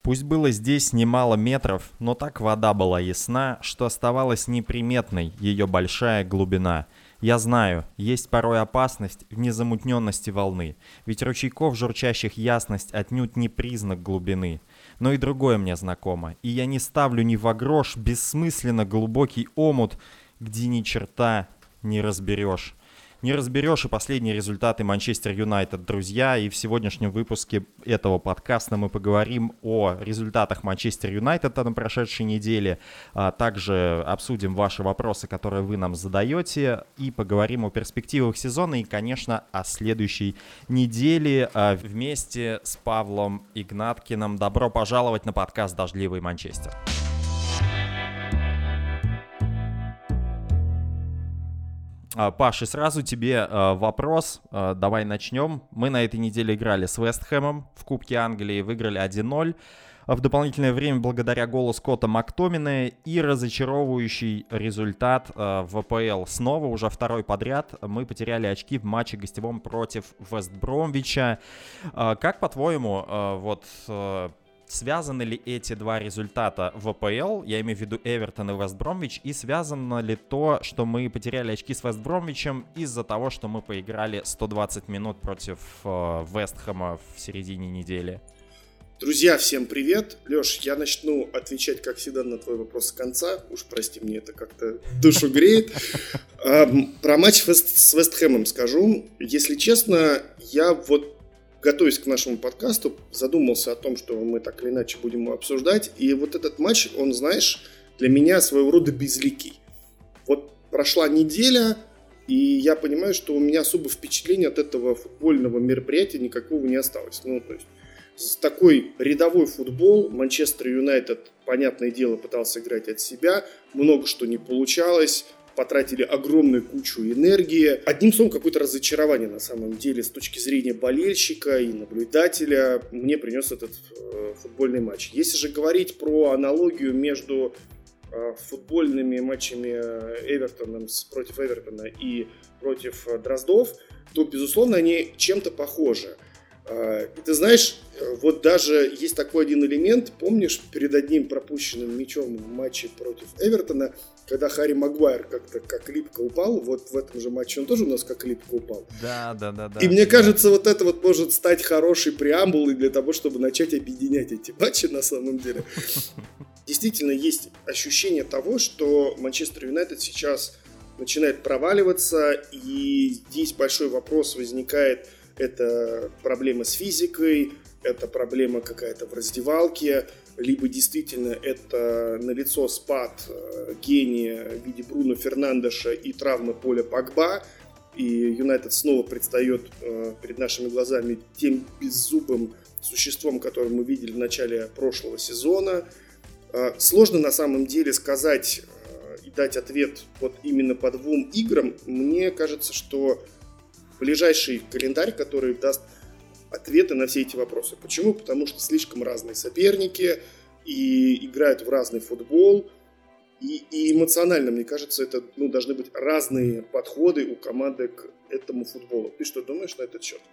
Пусть было здесь немало метров, но так вода была ясна, что оставалась неприметной ее большая глубина. Я знаю, есть порой опасность в незамутненности волны, ведь ручейков журчащих ясность отнюдь не признак глубины. Но и другое мне знакомо, и я не ставлю ни во грош бессмысленно глубокий омут, где ни черта не разберешь. Не разберешь и последние результаты Манчестер Юнайтед, друзья. И в сегодняшнем выпуске этого подкаста мы поговорим о результатах Манчестер Юнайтед на прошедшей неделе. Также обсудим ваши вопросы, которые вы нам задаете. И поговорим о перспективах сезона и, конечно, о следующей неделе вместе с Павлом Игнаткиным. Добро пожаловать на подкаст «Дождливый Манчестер». Паш, и сразу тебе вопрос, давай начнем. Мы на этой неделе играли с Вест Хэмом в Кубке Англии, выиграли 1-0. В дополнительное время благодаря голу Скотта Мактомине и разочаровывающий результат в АПЛ. Снова уже второй подряд мы потеряли очки в матче гостевом против Вест Бромвича. Как, по-твоему, связаны ли эти два результата в АПЛ, я имею в виду Эвертон и Вест Бромвич, и связано ли то, что мы потеряли очки с Вест Бромвичем из-за того, что мы поиграли 120 минут против Вест Хэма в середине недели? Друзья, всем привет. Леш, я начну отвечать, как всегда, на твой вопрос с конца. Уж прости, мне это как-то душу греет. Про матч с Вест Хэмом скажу. Если честно, я готовясь к нашему подкасту, задумался о том, что мы так или иначе будем его обсуждать. И вот этот матч, он, знаешь, для меня своего рода безликий. Вот прошла неделя, и я понимаю, что у меня особо впечатления от этого футбольного мероприятия никакого не осталось. То есть такой рядовой футбол. Манчестер Юнайтед, понятное дело, пытался играть от себя. Много что не получалось. Потратили огромную кучу энергии. Одним словом, какое-то разочарование на самом деле с точки зрения болельщика и наблюдателя мне принес этот футбольный матч. Если же говорить про аналогию между футбольными матчами Эвертона против Эвертона и против Дроздов, то, безусловно, они чем-то похожи. И ты знаешь, вот даже есть такой один элемент, помнишь, перед одним пропущенным мячом в матче против Эвертона, когда Харри Магуайр как-то как липко упал, вот в этом же матче он тоже у нас как липко упал. Да. И мне кажется, вот это вот может стать хорошей преамбулой для того, чтобы начать объединять эти матчи на самом деле. Действительно, есть ощущение того, что Манчестер Юнайтед сейчас начинает проваливаться, и здесь большой вопрос возникает. Это проблема с физикой, это проблема какая-то в раздевалке, либо действительно это налицо спад гения в виде Бруно Фернандеша и травмы Поля Погба, и Юнайтед снова предстает перед нашими глазами тем беззубым существом, которое мы видели в начале прошлого сезона. Сложно на самом деле сказать и дать ответ вот именно по двум играм. Мне кажется, что ближайший календарь, который даст ответы на все эти вопросы. Почему? Потому что слишком разные соперники и играют в разный футбол. И эмоционально, мне кажется, это должны быть разные подходы у команды к этому футболу. Ты что думаешь на этот счет?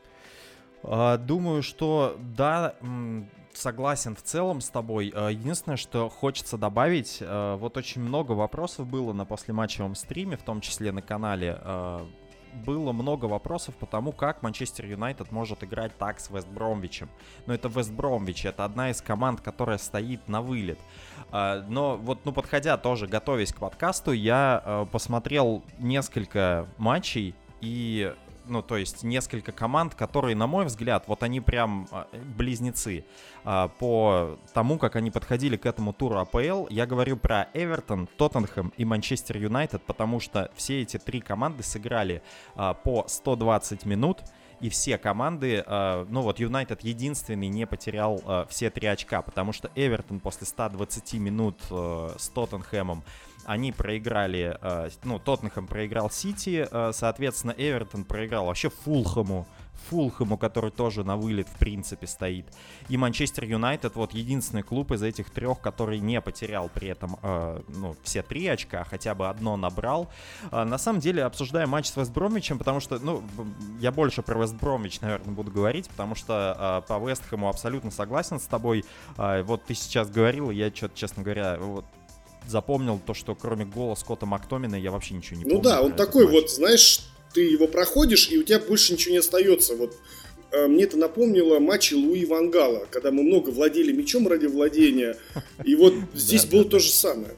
Думаю, что да, согласен в целом с тобой. Единственное, что хочется добавить, вот очень много вопросов было на послематчевом стриме, в том числе на канале. Было много вопросов по тому, как Манчестер Юнайтед может играть так с Вест Бромвичем. Но это Вест Бромвич, это одна из команд, которая стоит на вылет. Но подходя тоже, готовясь к подкасту, я посмотрел несколько матчей и... то есть несколько команд, которые, на мой взгляд, вот они прям близнецы по тому, как они подходили к этому туру АПЛ. Я говорю про Эвертон, Тоттенхэм и Манчестер Юнайтед, потому что все эти три команды сыграли по 120 минут, и все команды, Юнайтед единственный не потерял все 3 очка, потому что Эвертон после 120 минут с Тоттенхэмом они проиграли, Тоттенхэм проиграл Сити, соответственно, Эвертон проиграл вообще Фулхэму Фулхэму, который тоже на вылет, в принципе, стоит, и Манчестер Юнайтед, вот единственный клуб из этих трех, который не потерял при этом, все 3 очка, а хотя бы одно набрал. На самом деле, обсуждая матч с Вест Бромвичем, потому что, я больше про Вест Бромвич, наверное, буду говорить, потому что по Вест Хэму абсолютно согласен с тобой. Вот ты сейчас говорил, я что-то, честно говоря, вот запомнил то, что кроме гола Скотта Мактомина я вообще ничего не помню. Ну да, он такой вот, знаешь, ты его проходишь, и у тебя больше ничего не остается. Вот мне это напомнило матчи Луи ван Гала, когда мы много владели мячом ради владения. И вот здесь было то же самое.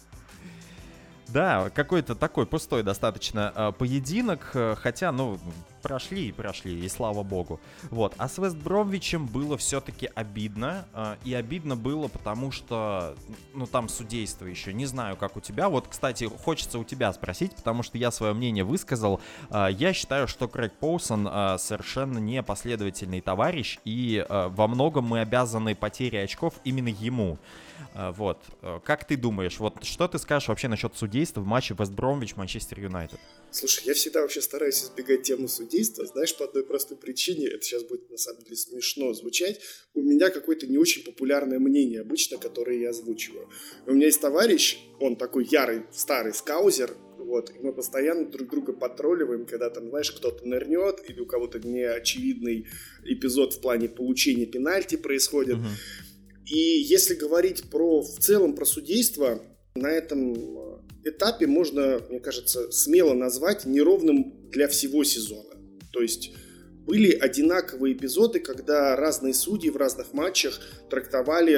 Да, какой-то такой пустой достаточно поединок, хотя, прошли, и слава богу. Вот. А с Вест Бромвичем было все-таки обидно, и обидно было, потому что, там судейство еще, не знаю, как у тебя. Вот, кстати, хочется у тебя спросить, потому что я свое мнение высказал. Я считаю, что Крейг Поусон совершенно не последовательный товарищ, и во многом мы обязаны потере очков именно ему. Вот. Как ты думаешь, вот что ты скажешь вообще насчет судейства в матче Вест Бромвич-Манчестер Юнайтед? Слушай, я всегда вообще стараюсь избегать темы судейства, знаешь, по одной простой причине, это сейчас будет на самом деле смешно звучать, у меня какое-то не очень популярное мнение обычно, которое я озвучиваю. У меня есть товарищ, он такой ярый старый скаузер, вот, и мы постоянно друг друга потролливаем, когда там, знаешь, кто-то нырнет, или у кого-то неочевидный эпизод в плане получения пенальти происходит. И если говорить в целом про судейство, на этом этапе можно, мне кажется, смело назвать неровным для всего сезона. То есть были одинаковые эпизоды, когда разные судьи в разных матчах трактовали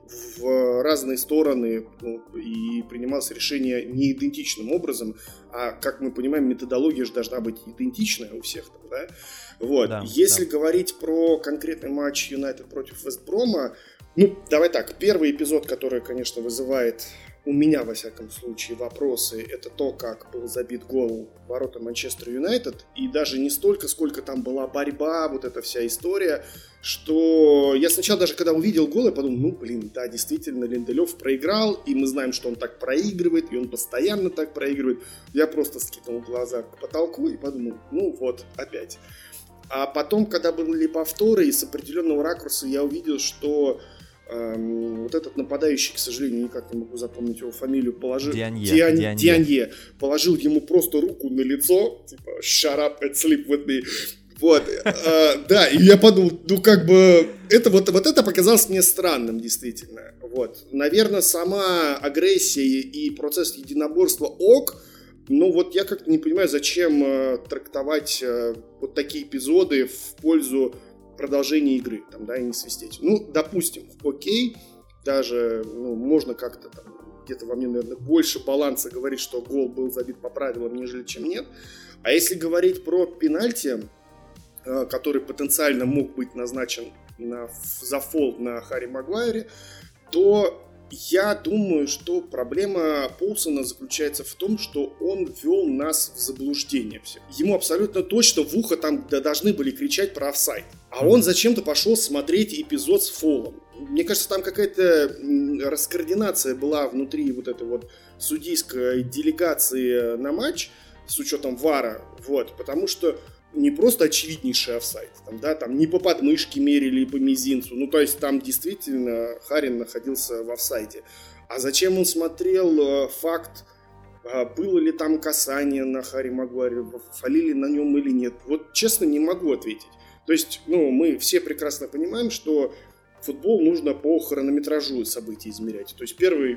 в разные стороны, и принималось решение не идентичным образом, а, как мы понимаем, методология же должна быть идентичная у всех там, да? Вот. Да, если говорить про конкретный матч Юнайтед против Вест Брома, давай так, первый эпизод, который, конечно, вызывает у меня, во всяком случае, вопросы, это то, как был забит гол в ворота Манчестер Юнайтед, и даже не столько, сколько там была борьба, вот эта вся история, что я сначала даже, когда увидел гол, я подумал, да, действительно, Линделёв проиграл, и мы знаем, что он так проигрывает, и он постоянно так проигрывает. Я просто скинул глаза к потолку и подумал, опять. А потом, когда были повторы, и с определенного ракурса я увидел, что вот этот нападающий, к сожалению, никак не могу запомнить его фамилию, Дианье, положил ему просто руку на лицо, типа shut up and sleep with me. Вот, да, и я подумал, это это показалось мне странным, действительно. Вот, наверное, сама агрессия и процесс единоборства я как-то не понимаю, зачем трактовать вот такие эпизоды в пользу продолжение игры, и не свистеть. Допустим, окей, даже, можно как-то где-то во мне, наверное, больше баланса говорить, что гол был забит по правилам, нежели чем нет. А если говорить про пенальти, который потенциально мог быть назначен за фол на Харри Магуайре, то я думаю, что проблема Поусона заключается в том, что он ввел нас в заблуждение все. Ему абсолютно точно в ухо там должны были кричать про офсайд. А он зачем-то пошел смотреть эпизод с фолом. Мне кажется, там какая-то раскоординация была внутри вот этой вот судейской делегации на матч с учетом ВАРа. Вот, потому что не просто очевиднейший офсайд, там не по подмышке мерили, по мизинцу, то есть там действительно Харин находился в офсайде. А зачем он смотрел факт, было ли там касание на Харри Магуайре, фолили на нем или нет? Вот честно не могу ответить. То есть, мы все прекрасно понимаем, что футбол нужно по хронометражу событий измерять. То есть первый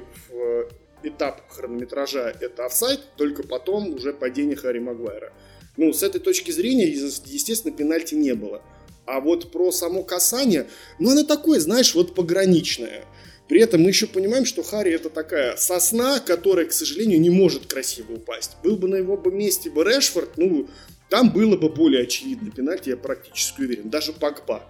этап хронометража это офсайд, только потом уже падение Харри Магуайра. С этой точки зрения, естественно, пенальти не было. А вот про само касание, оно такое, знаешь, пограничное. При этом мы еще понимаем, что Харри это такая сосна, которая, к сожалению, не может красиво упасть. Был бы на его месте Решфорд, там было бы более очевидно пенальти, я практически уверен. Даже Погба.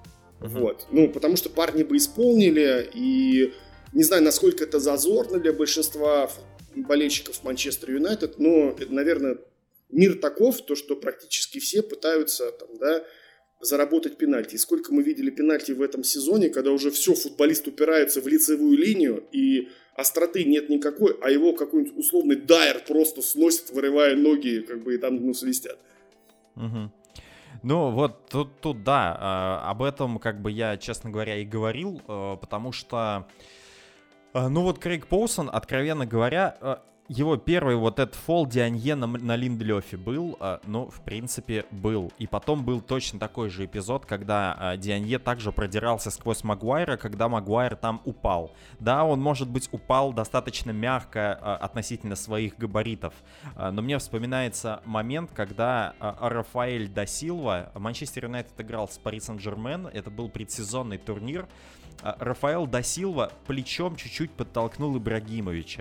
Вот. Потому что парни бы исполнили, и не знаю, насколько это зазорно для большинства болельщиков Манчестер Юнайтед, но, наверное, мир таков, то, что практически все пытаются заработать пенальти. И сколько мы видели пенальти в этом сезоне, когда уже все, футболист упирается в лицевую линию, и остроты нет никакой, а его какой-нибудь условный Дайер просто сносит, вырывая ноги, и там свистят. Ну, вот тут да, об этом как бы я, честно говоря, и говорил, потому что, ну вот Крейг Поусон, откровенно говоря, его первый вот этот фол Дианье на Линделёфе был, ну, в принципе, был. И потом был точно такой же эпизод, когда Дианье также продирался сквозь Магуайра, когда Магуайр там упал. Да, он, может быть, упал достаточно мягко относительно своих габаритов, но мне вспоминается момент, когда Рафаэль да Силва, Манчестер Юнайтед играл с Пари Сен-Жермен, это был предсезонный турнир, Рафаэль да Силва плечом чуть-чуть подтолкнул Ибрагимовича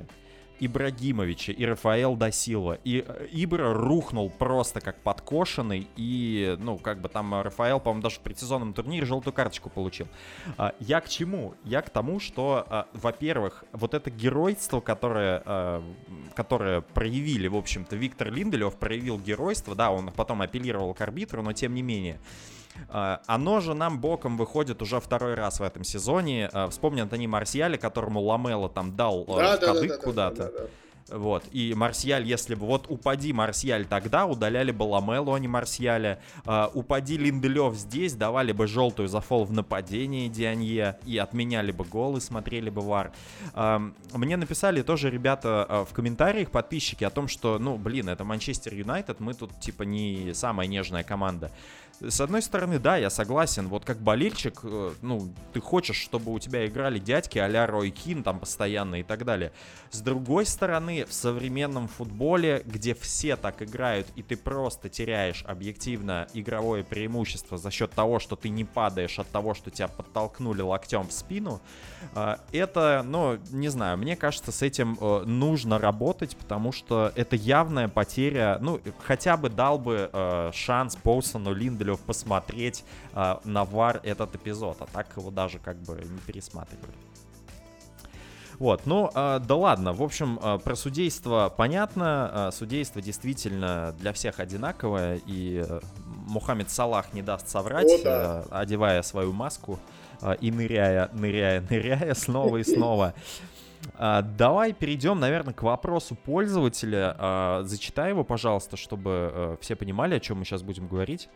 и Рафаэл да Силва. И Ибра рухнул просто как подкошенный. И, ну, как бы там Рафаэл, по-моему, даже в предсезонном турнире желтую карточку получил. Я к чему? Я к тому, что, во-первых, вот это геройство, которое проявили, в общем-то, Виктор Линделёв проявил геройство. Да, он потом апеллировал к арбитру, но тем не менее. Оно же нам боком выходит уже второй раз в этом сезоне. Вспомни Антони Марсиаля, которому Ламела там дал кадык куда-то. Вот, и Марсиаль, если бы, вот упади Марсиаль тогда, удаляли бы Ламелу, а не Марсиаля. Упади Линделёв здесь, давали бы желтую за фол в нападении Дианье и отменяли бы гол и смотрели бы ВАР. Мне написали тоже ребята в комментариях, подписчики, о том, что, ну, блин, это Манчестер Юнайтед, мы тут, типа, не самая нежная команда. С одной стороны, да, я согласен, вот как болельщик, ну, ты хочешь, чтобы у тебя играли дядьки а-ля Рой Кин там постоянно и так далее. С другой стороны, в современном футболе, где все так играют, и ты просто теряешь объективно игровое преимущество за счет того, что ты не падаешь от того, что тебя подтолкнули локтем в спину, это, ну, не знаю, мне кажется, с этим нужно работать, потому что это явная потеря, ну, хотя бы дал бы шанс Поусону, Линделю посмотреть на ВАР этот эпизод, а так его даже как бы не пересматривали. Вот, ну, да ладно, в общем, про судейство понятно, судейство действительно для всех одинаковое, и Мухаммед Салах не даст соврать, одевая свою маску и ныряя снова и снова. Давай перейдем, наверное, к вопросу пользователя. Зачитай его, пожалуйста, чтобы все понимали, о чем мы сейчас будем говорить.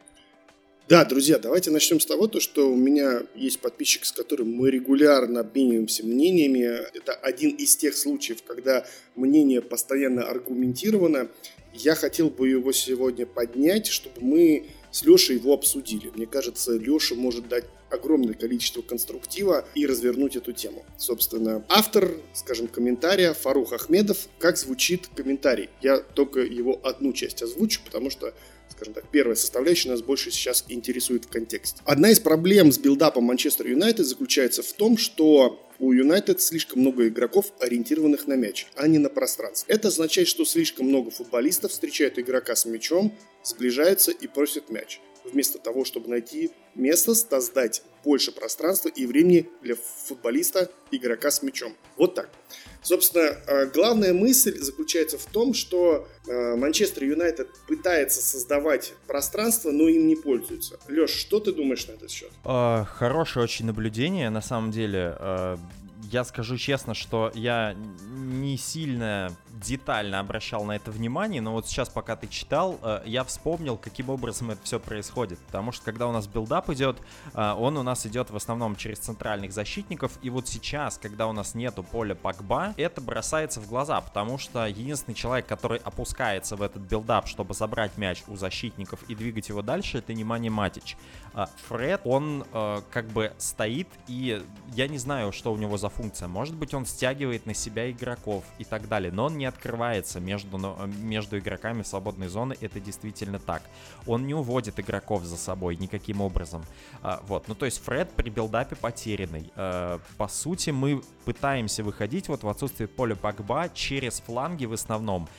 Да, друзья, давайте начнем с того, что у меня есть подписчик, с которым мы регулярно обмениваемся мнениями. Это один из тех случаев, когда мнение постоянно аргументировано. Я хотел бы его сегодня поднять, чтобы мы с Лешей его обсудили. Мне кажется, Леша может дать огромное количество конструктива и развернуть эту тему. Собственно, автор, скажем, комментария Фарух Ахмедов. Как звучит комментарий? Я только его одну часть озвучу, потому что, скажем так, первая составляющая нас больше сейчас интересует в контексте. Одна из проблем с билдапом Манчестер Юнайтед заключается в том, что у Юнайтед слишком много игроков, ориентированных на мяч, а не на пространство. Это означает, что слишком много футболистов встречают игрока с мячом, сближаются и просят мяч, вместо того, чтобы найти место, создать больше пространства и времени для футболиста, игрока с мячом. Вот так. Собственно, главная мысль заключается в том, что Манчестер Юнайтед пытается создавать пространство, но им не пользуется. Леш, что ты думаешь на этот счет? Хорошее очень наблюдение, на самом деле. Я скажу честно, что я не сильно детально обращал на это внимание, но вот сейчас, пока ты читал, я вспомнил, каким образом это все происходит. Потому что, когда у нас билдап идет, он у нас идет в основном через центральных защитников. И вот сейчас, когда у нас нету поля Погба, это бросается в глаза, потому что единственный человек, который опускается в этот билдап, чтобы забрать мяч у защитников и двигать его дальше, это Немanja Матич. Фред, он как бы стоит, и я не знаю, что у него за функция. Может быть, он стягивает на себя игроков и так далее, но он не открывается между игроками свободной зоны, это действительно так. Он не уводит игроков за собой никаким образом. Вот, ну то есть Фред при билдапе потерянный. По сути, мы пытаемся выходить вот в отсутствие поля Погба через фланги в основном,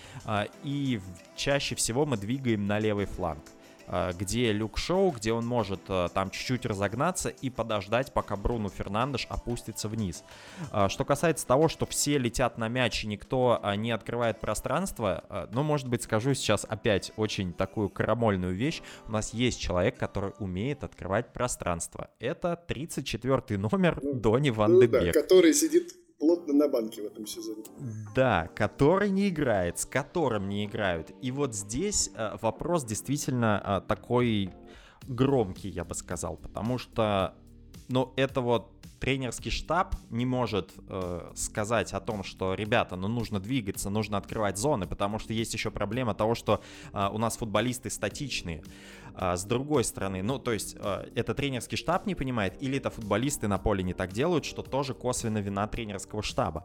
и чаще всего мы двигаем на левый фланг, где Люк Шоу, где он может там чуть-чуть разогнаться и подождать, пока Бруно Фернандеш опустится вниз. Что касается того, что все летят на мяч и никто не открывает пространство, ну, может быть, скажу сейчас опять очень такую крамольную вещь. У нас есть человек, который умеет открывать пространство. Это 34-й номер Донни Ван де Бек. Который сидит плотно на банке в этом сезоне. Да, который не играет, с которым не играют. И вот здесь вопрос действительно такой громкий, я бы сказал, потому что, ну, это вот тренерский штаб не может сказать о том, что, ребята, ну, нужно двигаться, нужно открывать зоны, потому что есть еще проблема того, что у нас футболисты статичные. С другой стороны, ну, то есть это тренерский штаб не понимает, или это футболисты на поле не так делают, что тоже косвенно вина тренерского штаба.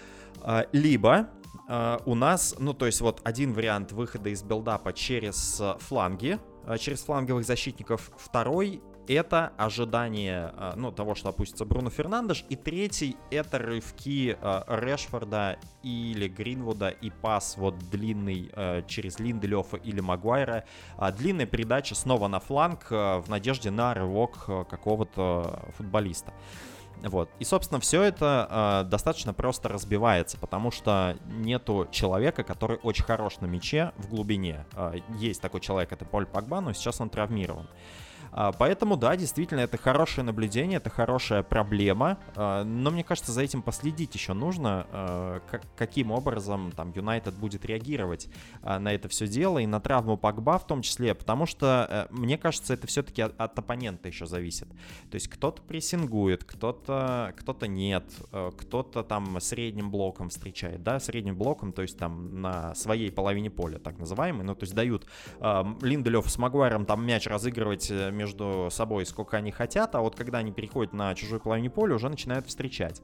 Либо у нас, ну, то есть вот один вариант выхода из билдапа через фланги, через фланговых защитников, второй — это ожидание, ну, того, что опустится Бруно Фернандеш. И третий — это рывки Решфорда или Гринвуда и пас вот длинный через Линделёфа или Магуайра. Длинная передача снова на фланг в надежде на рывок какого-то футболиста. Вот. И, собственно, все это достаточно просто разбивается, потому что нету человека, который очень хорош на мяче в глубине. Есть такой человек, это Поль Погба, но сейчас он травмирован. Поэтому, да, действительно, это хорошее наблюдение, это хорошая проблема, но мне кажется, за этим последить еще нужно, каким образом там Юнайтед будет реагировать на это все дело и на травму Погба в том числе, потому что, мне кажется, это все-таки от оппонента еще зависит. То есть кто-то прессингует, кто-то нет, кто-то там средним блоком встречает, да, средним блоком, то есть там на своей половине поля, так называемый, ну, то есть дают Линделёфу с Магуайром там мяч разыгрывать между собой сколько они хотят, а вот когда они переходят на чужую половину поля, уже начинают встречать.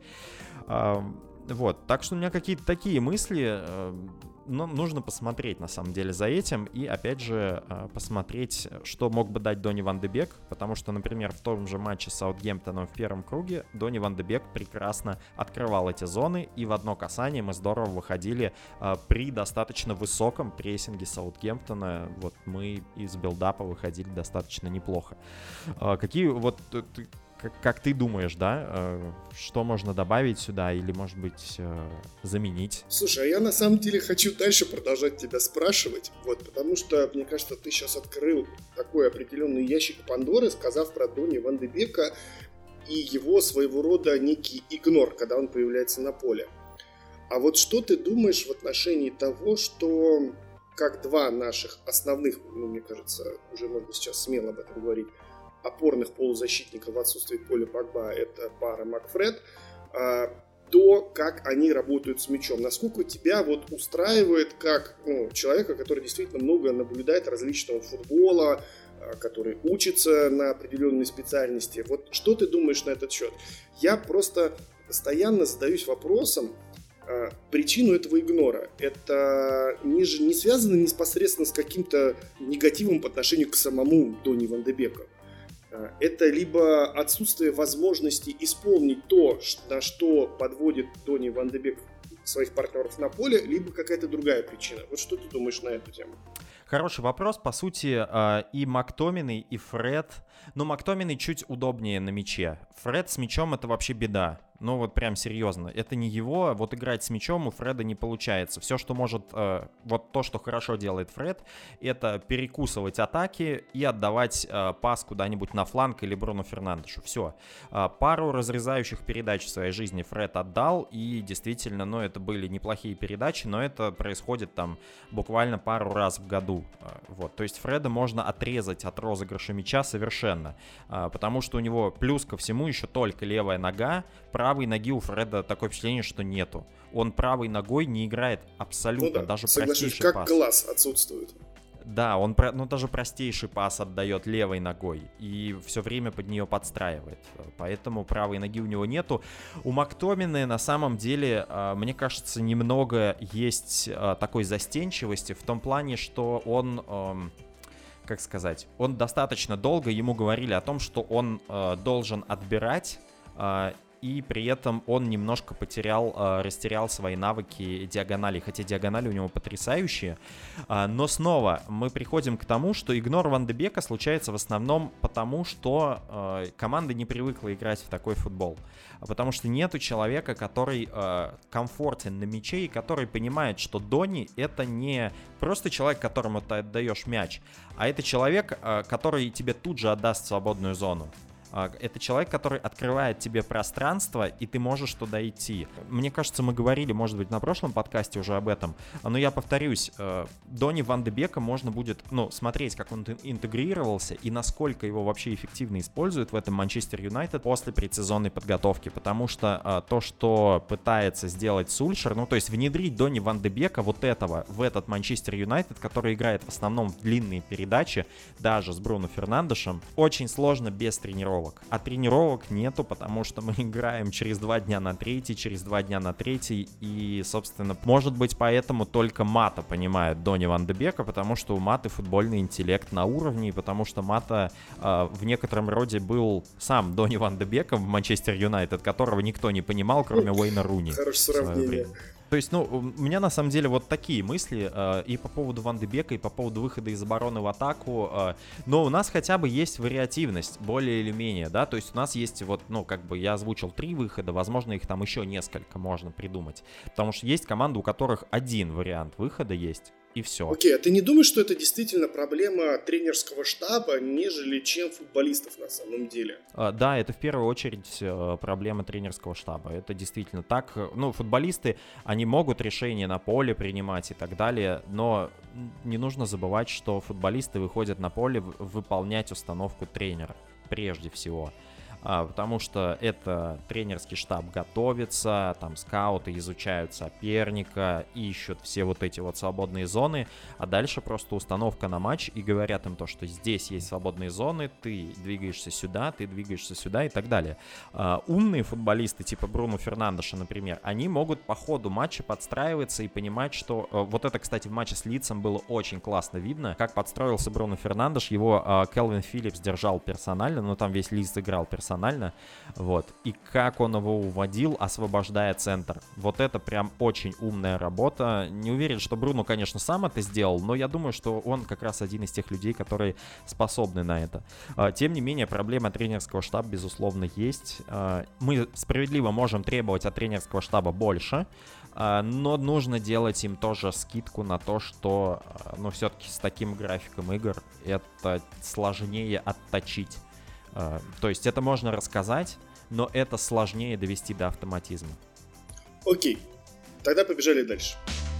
Вот, так что у меня какие-то такие мысли, но нужно посмотреть на самом деле за этим и опять же посмотреть, что мог бы дать Донни Ван де Бек, потому что, например, в том же матче с Саутгемптоном в первом круге Донни Ван де Бек прекрасно открывал эти зоны, и в одно касание мы здорово выходили при достаточно высоком прессинге Саутгемптона, вот мы из билдапа выходили достаточно неплохо. Какие вот... Как ты думаешь, да, что можно добавить сюда или, может быть, заменить? Слушай, а я на самом деле хочу дальше продолжать тебя спрашивать, вот, потому что, мне кажется, ты сейчас открыл такой определенный ящик Пандоры, сказав про Донни Ван де Бека и его своего рода некий игнор, когда он появляется на поле. А вот что ты думаешь в отношении того, что как два наших основных, ну, мне кажется, уже можно сейчас смело об этом говорить, опорных полузащитников в отсутствии Поля Погба, это пара Макфред, то, как они работают с мячом. Насколько тебя вот устраивает, как человека, который действительно много наблюдает различного футбола, который учится на определенной специальности. Вот что ты думаешь на этот счет? Я просто постоянно задаюсь вопросом, причину этого игнора. Это не связано непосредственно с каким-то негативом по отношению к самому Донни Ван де Беку. Это либо отсутствие возможности исполнить то, на что подводит Донни Ван де Бек своих партнеров на поле, либо какая-то другая причина. Вот что ты думаешь на эту тему? Хороший вопрос. По сути, и Мактоминой, и Фред. Ну, Мактоминой чуть удобнее на мяче. Фред с мячом — это вообще беда. Ну, вот прям серьезно. Это не его. Вот играть с мячом у Фреда не получается. Все, что может... Вот то, что хорошо делает Фред, это перекусывать атаки и отдавать пас куда-нибудь на фланг или Бруно Фернандешу. Все. Пару разрезающих передач в своей жизни Фред отдал. И действительно, ну, это были неплохие передачи, но это происходит там буквально пару раз в году. Вот. То есть Фреда можно отрезать от розыгрыша мяча совершенно. Потому что у него плюс ко всему еще только левая нога. Правой ноги у Фреда такое впечатление, что нету. Он правой ногой не играет абсолютно, да, даже соглашусь, простейший как пас. класс отсутствует. Да, он даже простейший пас отдает левой ногой и все время под нее подстраивает. Поэтому правой ноги у него нету. У Мактомины на самом деле, мне кажется, немного есть такой застенчивости в том плане, что он... как сказать, он достаточно долго, ему говорили о том, что он должен отбирать, и при этом он немножко растерял свои навыки диагонали, хотя диагонали у него потрясающие. Но снова мы приходим к тому, что игнор Ван де Бека случается в основном потому, что команда не привыкла играть в такой футбол. Потому что нету человека, который комфортен на мяче и который понимает, что Донни — это не просто человек, которому ты отдаешь мяч, а это человек, который тебе тут же отдаст свободную зону. Это человек, который открывает тебе пространство, и ты можешь туда идти. Мне кажется, мы говорили, может быть, на прошлом подкасте уже об этом, но я повторюсь, Донни Ван де Бека можно будет, смотреть, как он интегрировался и насколько его вообще эффективно используют в этом Манчестер Юнайтед после предсезонной подготовки, потому что то, что пытается сделать Сульшер, то есть внедрить Донни Ван де Бека вот этого в этот Манчестер Юнайтед, который играет в основном в длинные передачи, даже с Бруно Фернандешем, очень сложно без тренировок. А тренировок нету, потому что мы играем через 2 дня на 3, через 2 дня на 3, и, собственно, может быть, поэтому только Мата понимает Донни Ван де Бека, потому что у Маты футбольный интеллект на уровне, и потому что Мата в некотором роде был сам Донни Ван де Беком в Манчестер Юнайтед, которого никто не понимал, кроме Уэйна Руни. Хорошее сравнение. То есть, у меня на самом деле вот такие мысли и по поводу Ван де Бека, и по поводу выхода из обороны в атаку. Но у нас хотя бы есть вариативность, более или менее, да, то есть у нас есть я озвучил 3 выхода, возможно, их там еще несколько можно придумать. Потому что есть команды, у которых один вариант выхода есть. И все. Окей, а ты не думаешь, что это действительно проблема тренерского штаба, нежели чем футболистов на самом деле? Да, это в первую очередь проблема тренерского штаба. Это действительно так. Футболисты, они могут решения на поле принимать и так далее, но не нужно забывать, что футболисты выходят на поле выполнять установку тренера прежде всего. Потому что это тренерский штаб готовится, там скауты изучают соперника, ищут все вот эти вот свободные зоны, а дальше просто установка на матч и говорят им то, что здесь есть свободные зоны, ты двигаешься сюда и так далее. Умные футболисты типа Бруно Фернандеша, например, они могут по ходу матча подстраиваться и понимать, что... Вот это, кстати, в матче с Лидсом было очень классно видно, как подстроился Бруно Фернандеш, его Келвин Филлипс держал персонально, там весь Лидс играл персонально, и как он его уводил, освобождая центр. Вот это прям очень умная работа. Не уверен, что Бруно, конечно, сам это сделал, но я думаю, что он как раз один из тех людей, которые способны на это. Тем не менее, проблема тренерского штаба, безусловно, есть. Мы справедливо можем требовать от тренерского штаба больше, но нужно делать им тоже скидку на то, что, все-таки с таким графиком игр это сложнее отточить. То есть это можно рассказать, но это сложнее довести до автоматизма. Окей, тогда побежали дальше.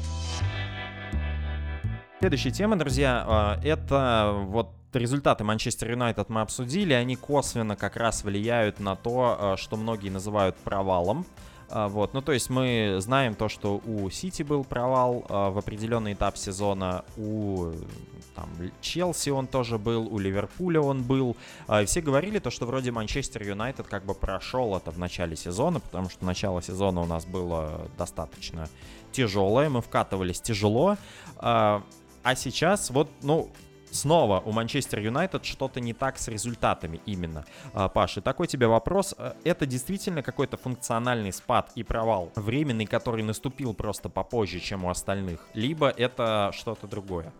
Следующая тема, друзья, это вот результаты Манчестер Юнайтед мы обсудили, они косвенно как раз влияют на то, что многие называют провалом. То есть мы знаем то, что у Сити был провал в определенный этап сезона, у Челси он тоже был, у Ливерпуля он был. Все говорили то, что вроде Манчестер Юнайтед как бы прошел это в начале сезона, потому что начало сезона у нас было достаточно тяжелое, мы вкатывались тяжело. А сейчас снова у Манчестер Юнайтед что-то не так с результатами именно. Паш, и такой тебе вопрос. Это действительно какой-то функциональный спад и провал временный, который наступил просто попозже, чем у остальных? Либо это что-то другое?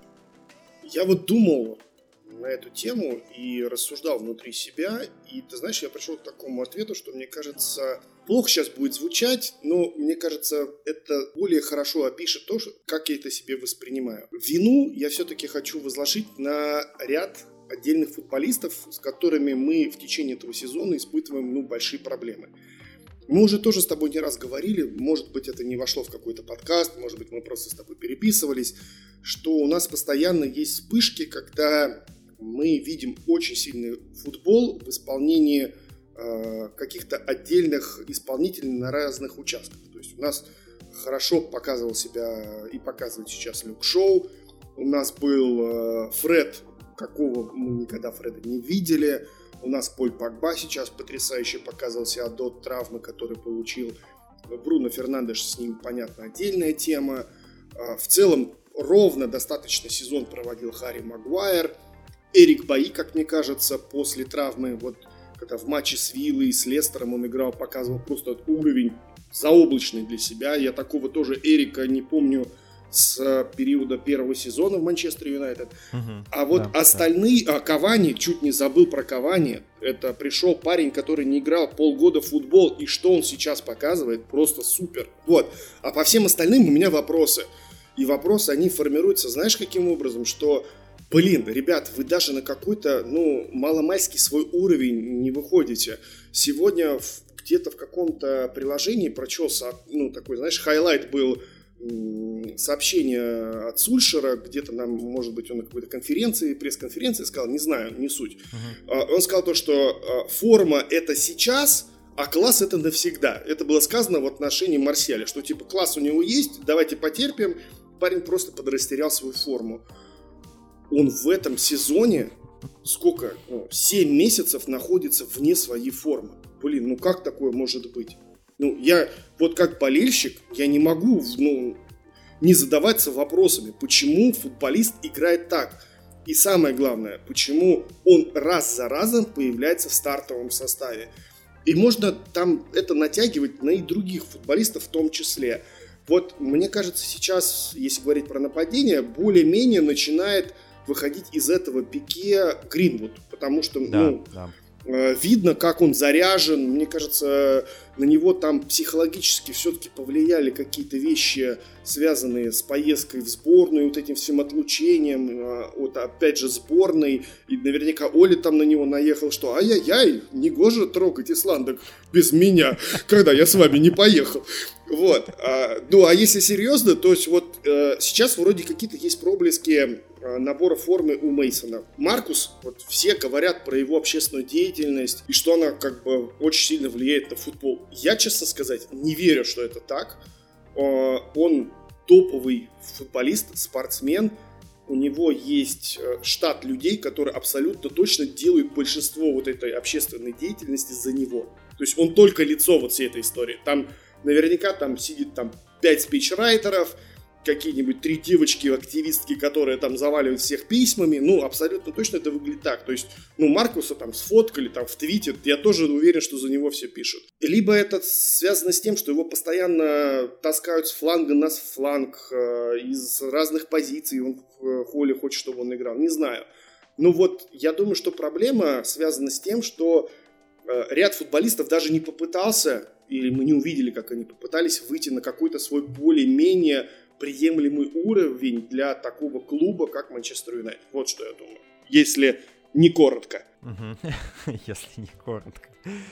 Я думал на эту тему и рассуждал внутри себя. И ты знаешь, я пришел к такому ответу, что мне кажется... Плохо сейчас будет звучать, но мне кажется, это более хорошо опишет то, как я это себе воспринимаю. Вину я все-таки хочу возложить на ряд отдельных футболистов, с которыми мы в течение этого сезона испытываем большие проблемы. Мы уже тоже с тобой не раз говорили, может быть, это не вошло в какой-то подкаст, может быть, мы просто с тобой переписывались, что у нас постоянно есть вспышки, когда мы видим очень сильный футбол в исполнении каких-то отдельных исполнителей на разных участках. То есть у нас хорошо показывал себя и показывает сейчас Люк Шоу. У нас был Фред, какого мы никогда Фреда не видели. У нас Поль Погба сейчас потрясающе показывал себя до травмы, которую получил. Бруно Фернандеш, с ним, понятно, отдельная тема. В целом, ровно достаточно сезон проводил Харри Магуайр. Эрик Баи, как мне кажется, после травмы, когда в матче с Виллой и с Лестером он играл, показывал просто уровень заоблачный для себя. Я такого тоже Эрика не помню с периода первого сезона в Манчестер Юнайтед. Остальные... Кавани, чуть не забыл про Кавани. Это пришел парень, который не играл полгода в футбол, и что он сейчас показывает, просто супер. А по всем остальным у меня вопросы. И вопросы, они формируются, знаешь, каким образом? Что Блин, ребят, вы даже на какой-то, маломальский свой уровень не выходите. Сегодня где-то в каком-то приложении прочел, такой, знаешь, хайлайт был сообщение от Сульшера, где-то нам, может быть, он на какой-то конференции, пресс-конференции сказал, не знаю, не суть. Он сказал то, что форма это сейчас, а класс это навсегда. Это было сказано в отношении Марсиаля, что типа класс у него есть, давайте потерпим. Парень просто подрастерял свою форму. Он в этом сезоне 7 месяцев находится вне своей формы. Блин, как такое может быть? Я вот как болельщик, я не могу, не задаваться вопросами, почему футболист играет так. И самое главное, почему он раз за разом появляется в стартовом составе. И можно там это натягивать на и других футболистов в том числе. Вот мне кажется, сейчас, если говорить про нападение, более-менее начинает выходить из этого Пике Гринвуд. Потому что, видно, как он заряжен. Мне кажется, на него там психологически все-таки повлияли какие-то вещи, связанные с поездкой в сборную, вот этим всем отлучением, опять же, сборной. И наверняка Оли там на него наехал, что ай-яй-яй, негоже трогать исландок без меня, когда я с вами не поехал. Вот. А если серьезно, то есть вот сейчас вроде какие-то есть проблески набора формы у Мейсона. Маркус, вот все говорят про его общественную деятельность и что она как бы очень сильно влияет на футбол. Я, честно сказать, не верю, что это так. Он топовый футболист, спортсмен. У него есть штат людей, которые абсолютно точно делают большинство вот этой общественной деятельности за него. То есть он только лицо вот всей этой истории. Там наверняка там сидит 5 спичрайтеров, какие-нибудь 3 девочки-активистки, которые там заваливают всех письмами. Абсолютно точно это выглядит так. То есть, Маркуса там сфоткали там в твите, я тоже уверен, что за него все пишут. Либо это связано с тем, что его постоянно таскают с фланга на фланг, из разных позиций, он в холле хочет, чтобы он играл, не знаю. Я думаю, что проблема связана с тем, что ряд футболистов даже не попытался, или мы не увидели, как они попытались выйти на какой-то свой более-менее приемлемый уровень для такого клуба, как Манчестер Юнайтед. Вот что я думаю. Если не коротко. Если не коротко.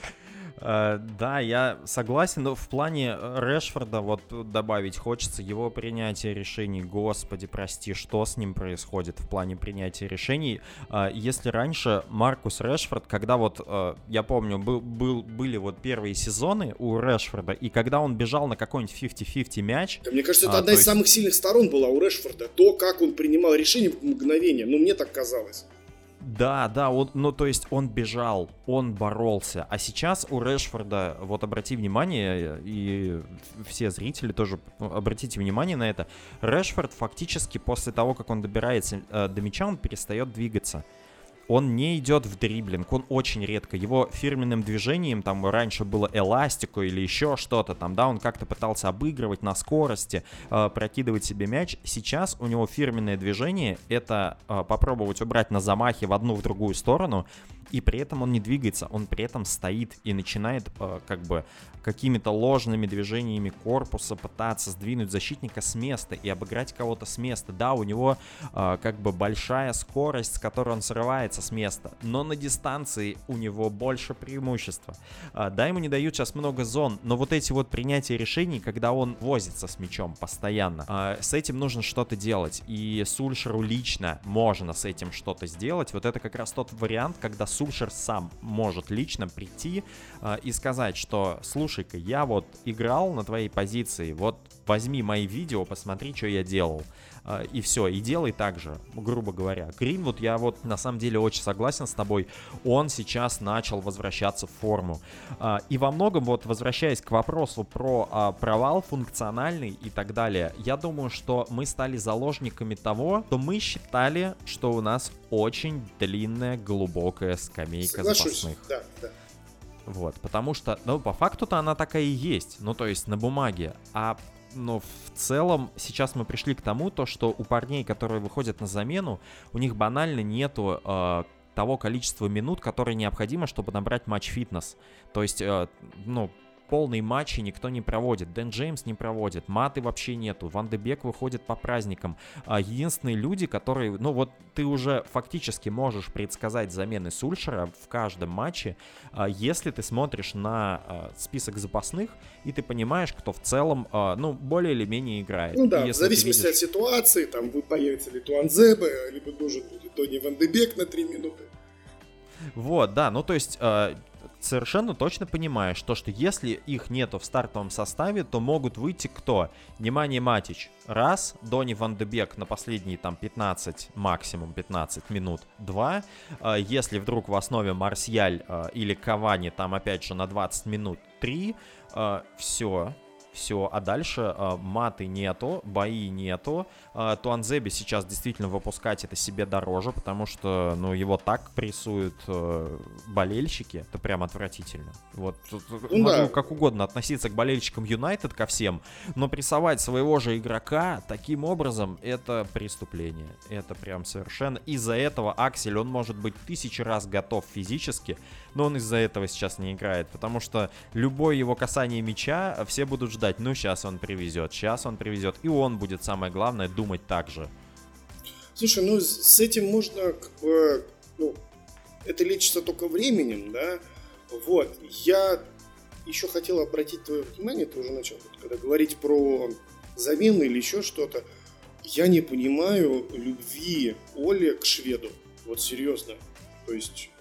Да, я согласен, но в плане Решфорда вот добавить хочется его принятие решений. Господи, прости, что с ним происходит в плане принятия решений? Если раньше Маркус Решфорд, когда вот, я помню, были вот первые сезоны у Решфорда, и когда он бежал на какой-нибудь 50-50 мяч... Мне кажется, это одна из самых сильных сторон была у Решфорда. То, как он принимал решения в мгновение. Мне так казалось. Да, то есть он бежал, он боролся. А сейчас у Решфорда, вот обрати внимание, и все зрители тоже обратите внимание на это, Решфорд фактически после того, как он добирается до мяча, он перестает двигаться. Он не идет в дриблинг, он очень редко. Его фирменным движением, там раньше было эластико или еще что-то, там, да, он как-то пытался обыгрывать на скорости, прокидывать себе мяч. Сейчас у него фирменное движение — это попробовать убрать на замахе в одну, в другую сторону, и при этом он не двигается, он при этом стоит и начинает какими-то ложными движениями корпуса пытаться сдвинуть защитника с места и обыграть кого-то с места. Да, у него большая скорость, с которой он срывается с места, но на дистанции у него больше преимущества. Да, ему не дают сейчас много зон, но вот эти вот принятия решений, когда он возится с мячом постоянно, с этим нужно что-то делать, и Сульшеру лично можно с этим что-то сделать. Вот это как раз тот вариант, когда Сульшер сам может лично прийти и сказать, что слушай-ка, я вот играл на твоей позиции, вот возьми мои видео, посмотри, что я делал. И все, и делай так же, грубо говоря. Гринвуд, я вот на самом деле очень согласен с тобой, он сейчас начал возвращаться в форму. И во многом, вот возвращаясь к вопросу про провал функциональный и так далее, я думаю, что мы стали заложниками того, что мы считали, что у нас очень длинная, глубокая скамейка запасных. Да. Вот, потому что, по факту-то она такая и есть, то есть на бумаге, но в целом сейчас мы пришли к тому, что у парней, которые выходят на замену, у них банально нету того количества минут, которое необходимо, чтобы набрать матч-фитнес. То есть, полные матчи никто не проводит. Дэн Джеймс не проводит, Маты вообще нету, Ван де Бек выходит по праздникам. Единственные люди, которые, ну вот ты уже фактически можешь предсказать замены Сульшера в каждом матче, если ты смотришь на список запасных, и ты понимаешь, кто в целом, ну, более или менее играет. Ну да, в зависимости от ситуации, там появится ли Туанзебе, либо должен будет Тони Ван де Бек на 3 минуты. Вот, да, ну то есть совершенно точно понимаешь, что если их нету в стартовом составе, то могут выйти кто? Немanja Matic, раз, Донни Ван де Бек на последние там 15, максимум 15 минут, 2, если вдруг в основе Марсиаль или Кавани там опять же на 20 минут, 3, все, а дальше маты нету, бои нету. Туанзебе сейчас действительно выпускать это себе дороже, потому что, ну, его так прессуют болельщики, это прям отвратительно. Вот, могу как угодно относиться к болельщикам Юнайтед, ко всем, но прессовать своего же игрока таким образом, это преступление. Это прям совершенно. Из-за этого Аксель, он может быть 1000 раз готов физически, но он из-за этого сейчас не играет, потому что любое его касание мяча все будут ждать, ну сейчас он привезет, и он будет, самое главное, думать так же. Слушай, ну с этим можно, как бы, ну, это лечится только временем, да, вот, я еще хотел обратить твое внимание, ты уже начал, когда говорить про замену или еще что-то, я не понимаю любви Оли к шведу, вот серьезно, то есть...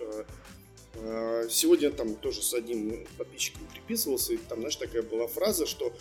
Сегодня там тоже с одним подписчиком переписывался, и там, знаешь, такая была фраза, что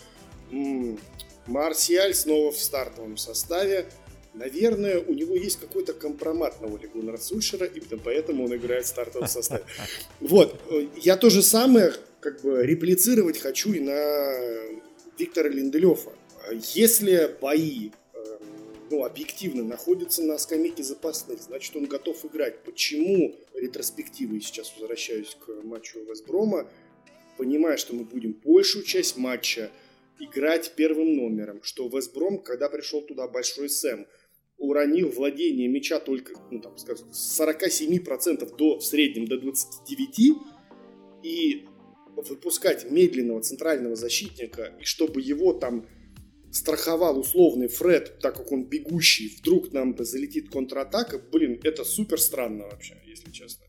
Марсиаль снова в стартовом составе. Наверное, у него есть какой-то компромат на Оле Гуннара Сульшера, именно поэтому он играет в стартовом составе. Вот, я то же самое как бы реплицировать хочу и на Виктора Линделёфа. Если бои, ну, объективно находится на скамейке запасных, значит, он готов играть. Почему ретроспективы, сейчас возвращаюсь к матчу Вест-Брома, понимая, что мы будем большую часть матча играть первым номером, что Вест-Бром, когда пришел туда Большой Сэм, уронил владение мяча только, ну, там, скажем, с 47% в среднем до 29%, и выпускать медленного центрального защитника, и чтобы его там страховал условный Фред, так как он бегущий, вдруг нам залетит контратака, блин, это супер странно вообще, если честно.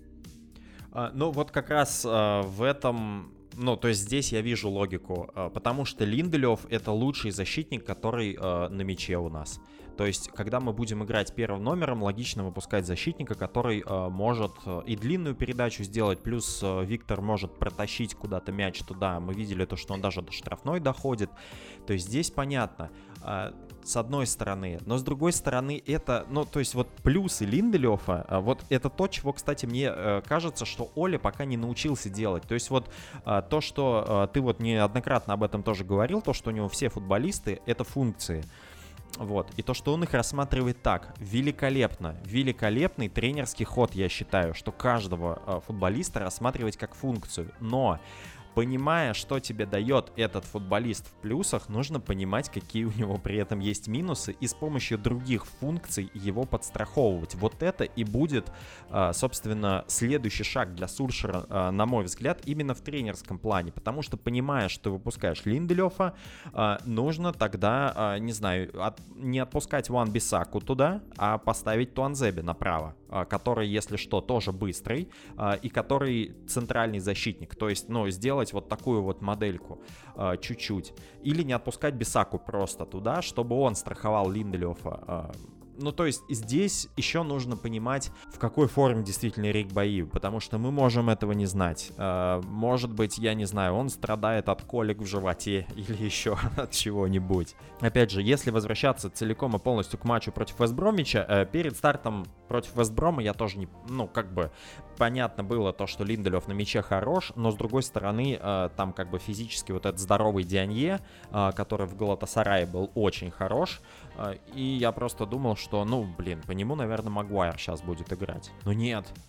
Ну вот как раз в этом, ну то есть здесь я вижу логику, потому что Линделёф это лучший защитник, который на мяче у нас. То есть, когда мы будем играть первым номером, логично выпускать защитника, который может и длинную передачу сделать, плюс Виктор может протащить куда-то мяч туда. Мы видели то, что он даже до штрафной доходит. То есть здесь понятно, с одной стороны. Но с другой стороны, это, ну, то есть вот плюсы Линделёфа, вот это то, чего, кстати, мне кажется, что Оля пока не научился делать. То есть вот то, что ты вот неоднократно об этом тоже говорил, то, что у него все футболисты, это функции. Вот. И то, что он их рассматривает так, великолепный тренерский ход, я считаю, что каждого футболиста рассматривать как функцию. Но, понимая, что тебе дает этот футболист в плюсах, нужно понимать, какие у него при этом есть минусы, и с помощью других функций его подстраховывать. Вот это и будет, собственно, следующий шаг для Сульшера, на мой взгляд, именно в тренерском плане. Потому что, понимая, что ты выпускаешь Линделёфа, нужно тогда, не знаю, не отпускать Ван-Бисаку туда, а поставить Туанзебе направо, который, если что, тоже быстрый, и который центральный защитник. То есть, ну, сделать вот такую вот модельку чуть-чуть. Или не отпускать Бисаку просто туда, чтобы он страховал Линделёфа. Ну, то есть здесь еще нужно понимать, в какой форме действительно Эрик Баи, потому что мы можем этого не знать. Может быть, я не знаю, он страдает от колик в животе или еще от чего-нибудь. Опять же, если возвращаться целиком и полностью к матчу против Вест-Бромвича, перед стартом против Вест-Брома я тоже не... Ну, как бы понятно было то, что Линделёф на мяче хорош, но с другой стороны, там как бы физически вот этот здоровый Дионье, который в Галатасарае был очень хорош, и я просто думал, что, ну, блин, по нему, наверное, Магуайр сейчас будет играть. Но нет,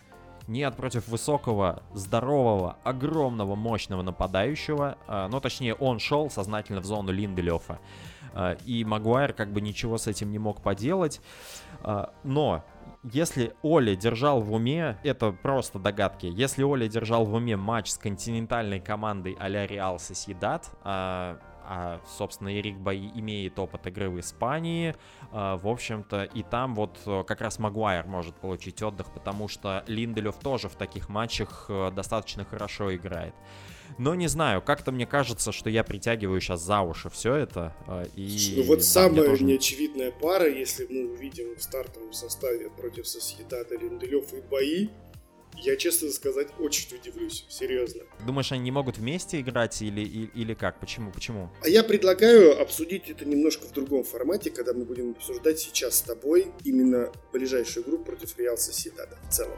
Нет против высокого, здорового, огромного, мощного нападающего. Ну, точнее, он шел сознательно в зону Линделёфа. И Магуайр как бы ничего с этим не мог поделать. Но если Оле держал в уме, это просто догадки, если Оле держал в уме матч с континентальной командой а-ля Реал Сосьедад, собственно, Эрик Баи имеет опыт игры в Испании, в общем-то, и там вот как раз Магуайр может получить отдых, потому что Линделёф тоже в таких матчах достаточно хорошо играет. Но не знаю, как-то мне кажется, что я притягиваю сейчас за уши все это. И вот да, самая тоже... неочевидная пара, если мы увидим в стартовом составе против Сосьедада Линделёф и Баи, я, честно сказать, очень удивлюсь, серьезно. Думаешь, они не могут вместе играть или как? Почему? А я предлагаю обсудить это немножко в другом формате, когда мы будем обсуждать сейчас с тобой именно ближайшую игру против Реал Сосьедада в целом.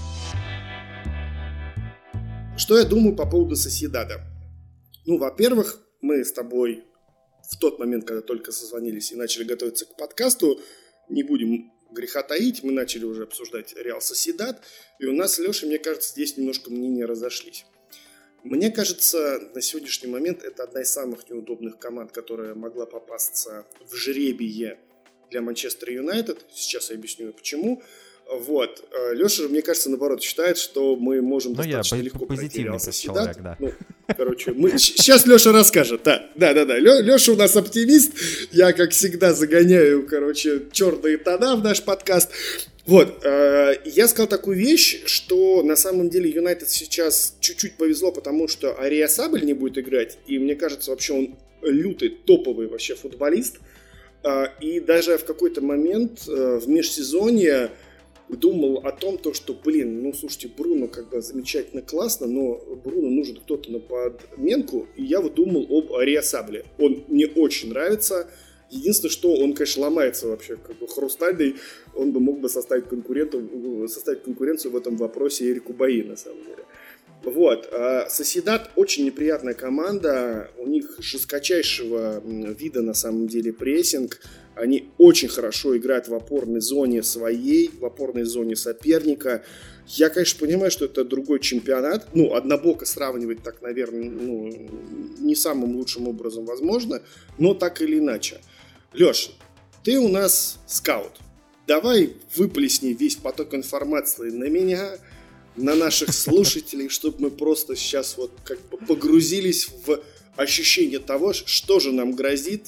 Что я думаю по поводу Сосьедада? Ну, во-первых, мы с тобой в тот момент, когда только созвонились и начали готовиться к подкасту, не будем греха таить, мы начали уже обсуждать Реал Сосьедад, и у нас с Лешей, мне кажется, здесь немножко мнения разошлись. Мне кажется, на сегодняшний момент это одна из самых неудобных команд, которая могла попасться в жребие для Манчестер Юнайтед. Сейчас я объясню почему. Вот. Леша, мне кажется, наоборот, считает, что мы можем достаточно легко пройти Реал Сосьедад. Да. Ну, короче, сейчас Леша расскажет. Да. Леша у нас оптимист. Я, как всегда, загоняю, черные тона в наш подкаст. Вот. Я сказал такую вещь, что на самом деле Юнайтед сейчас чуть-чуть повезло, потому что Ариасабль не будет играть. И мне кажется, вообще он лютый, топовый вообще футболист. И даже в какой-то момент в межсезонье думал о том, что, слушайте, Бруно как бы замечательно, классно, но Бруно нужен кто-то на подменку, и я вот думал об Ариасабле. Он мне очень нравится. Единственное, что он, конечно, ломается вообще, как бы хрустальный, он бы мог бы составить конкуренцию в этом вопросе Эрику Баи, на самом деле. Вот. Сосьедад очень неприятная команда, у них жесткочайшего вида, на самом деле, прессинг. Они очень хорошо играют в опорной зоне своей, в опорной зоне соперника. Я, конечно, понимаю, что это другой чемпионат. Однобоко сравнивать так, наверное, не самым лучшим образом возможно, но так или иначе. Леш, ты у нас скаут. Давай выплесни весь поток информации на меня, на наших слушателей, чтобы мы просто сейчас вот как бы погрузились в ощущение того, что же нам грозит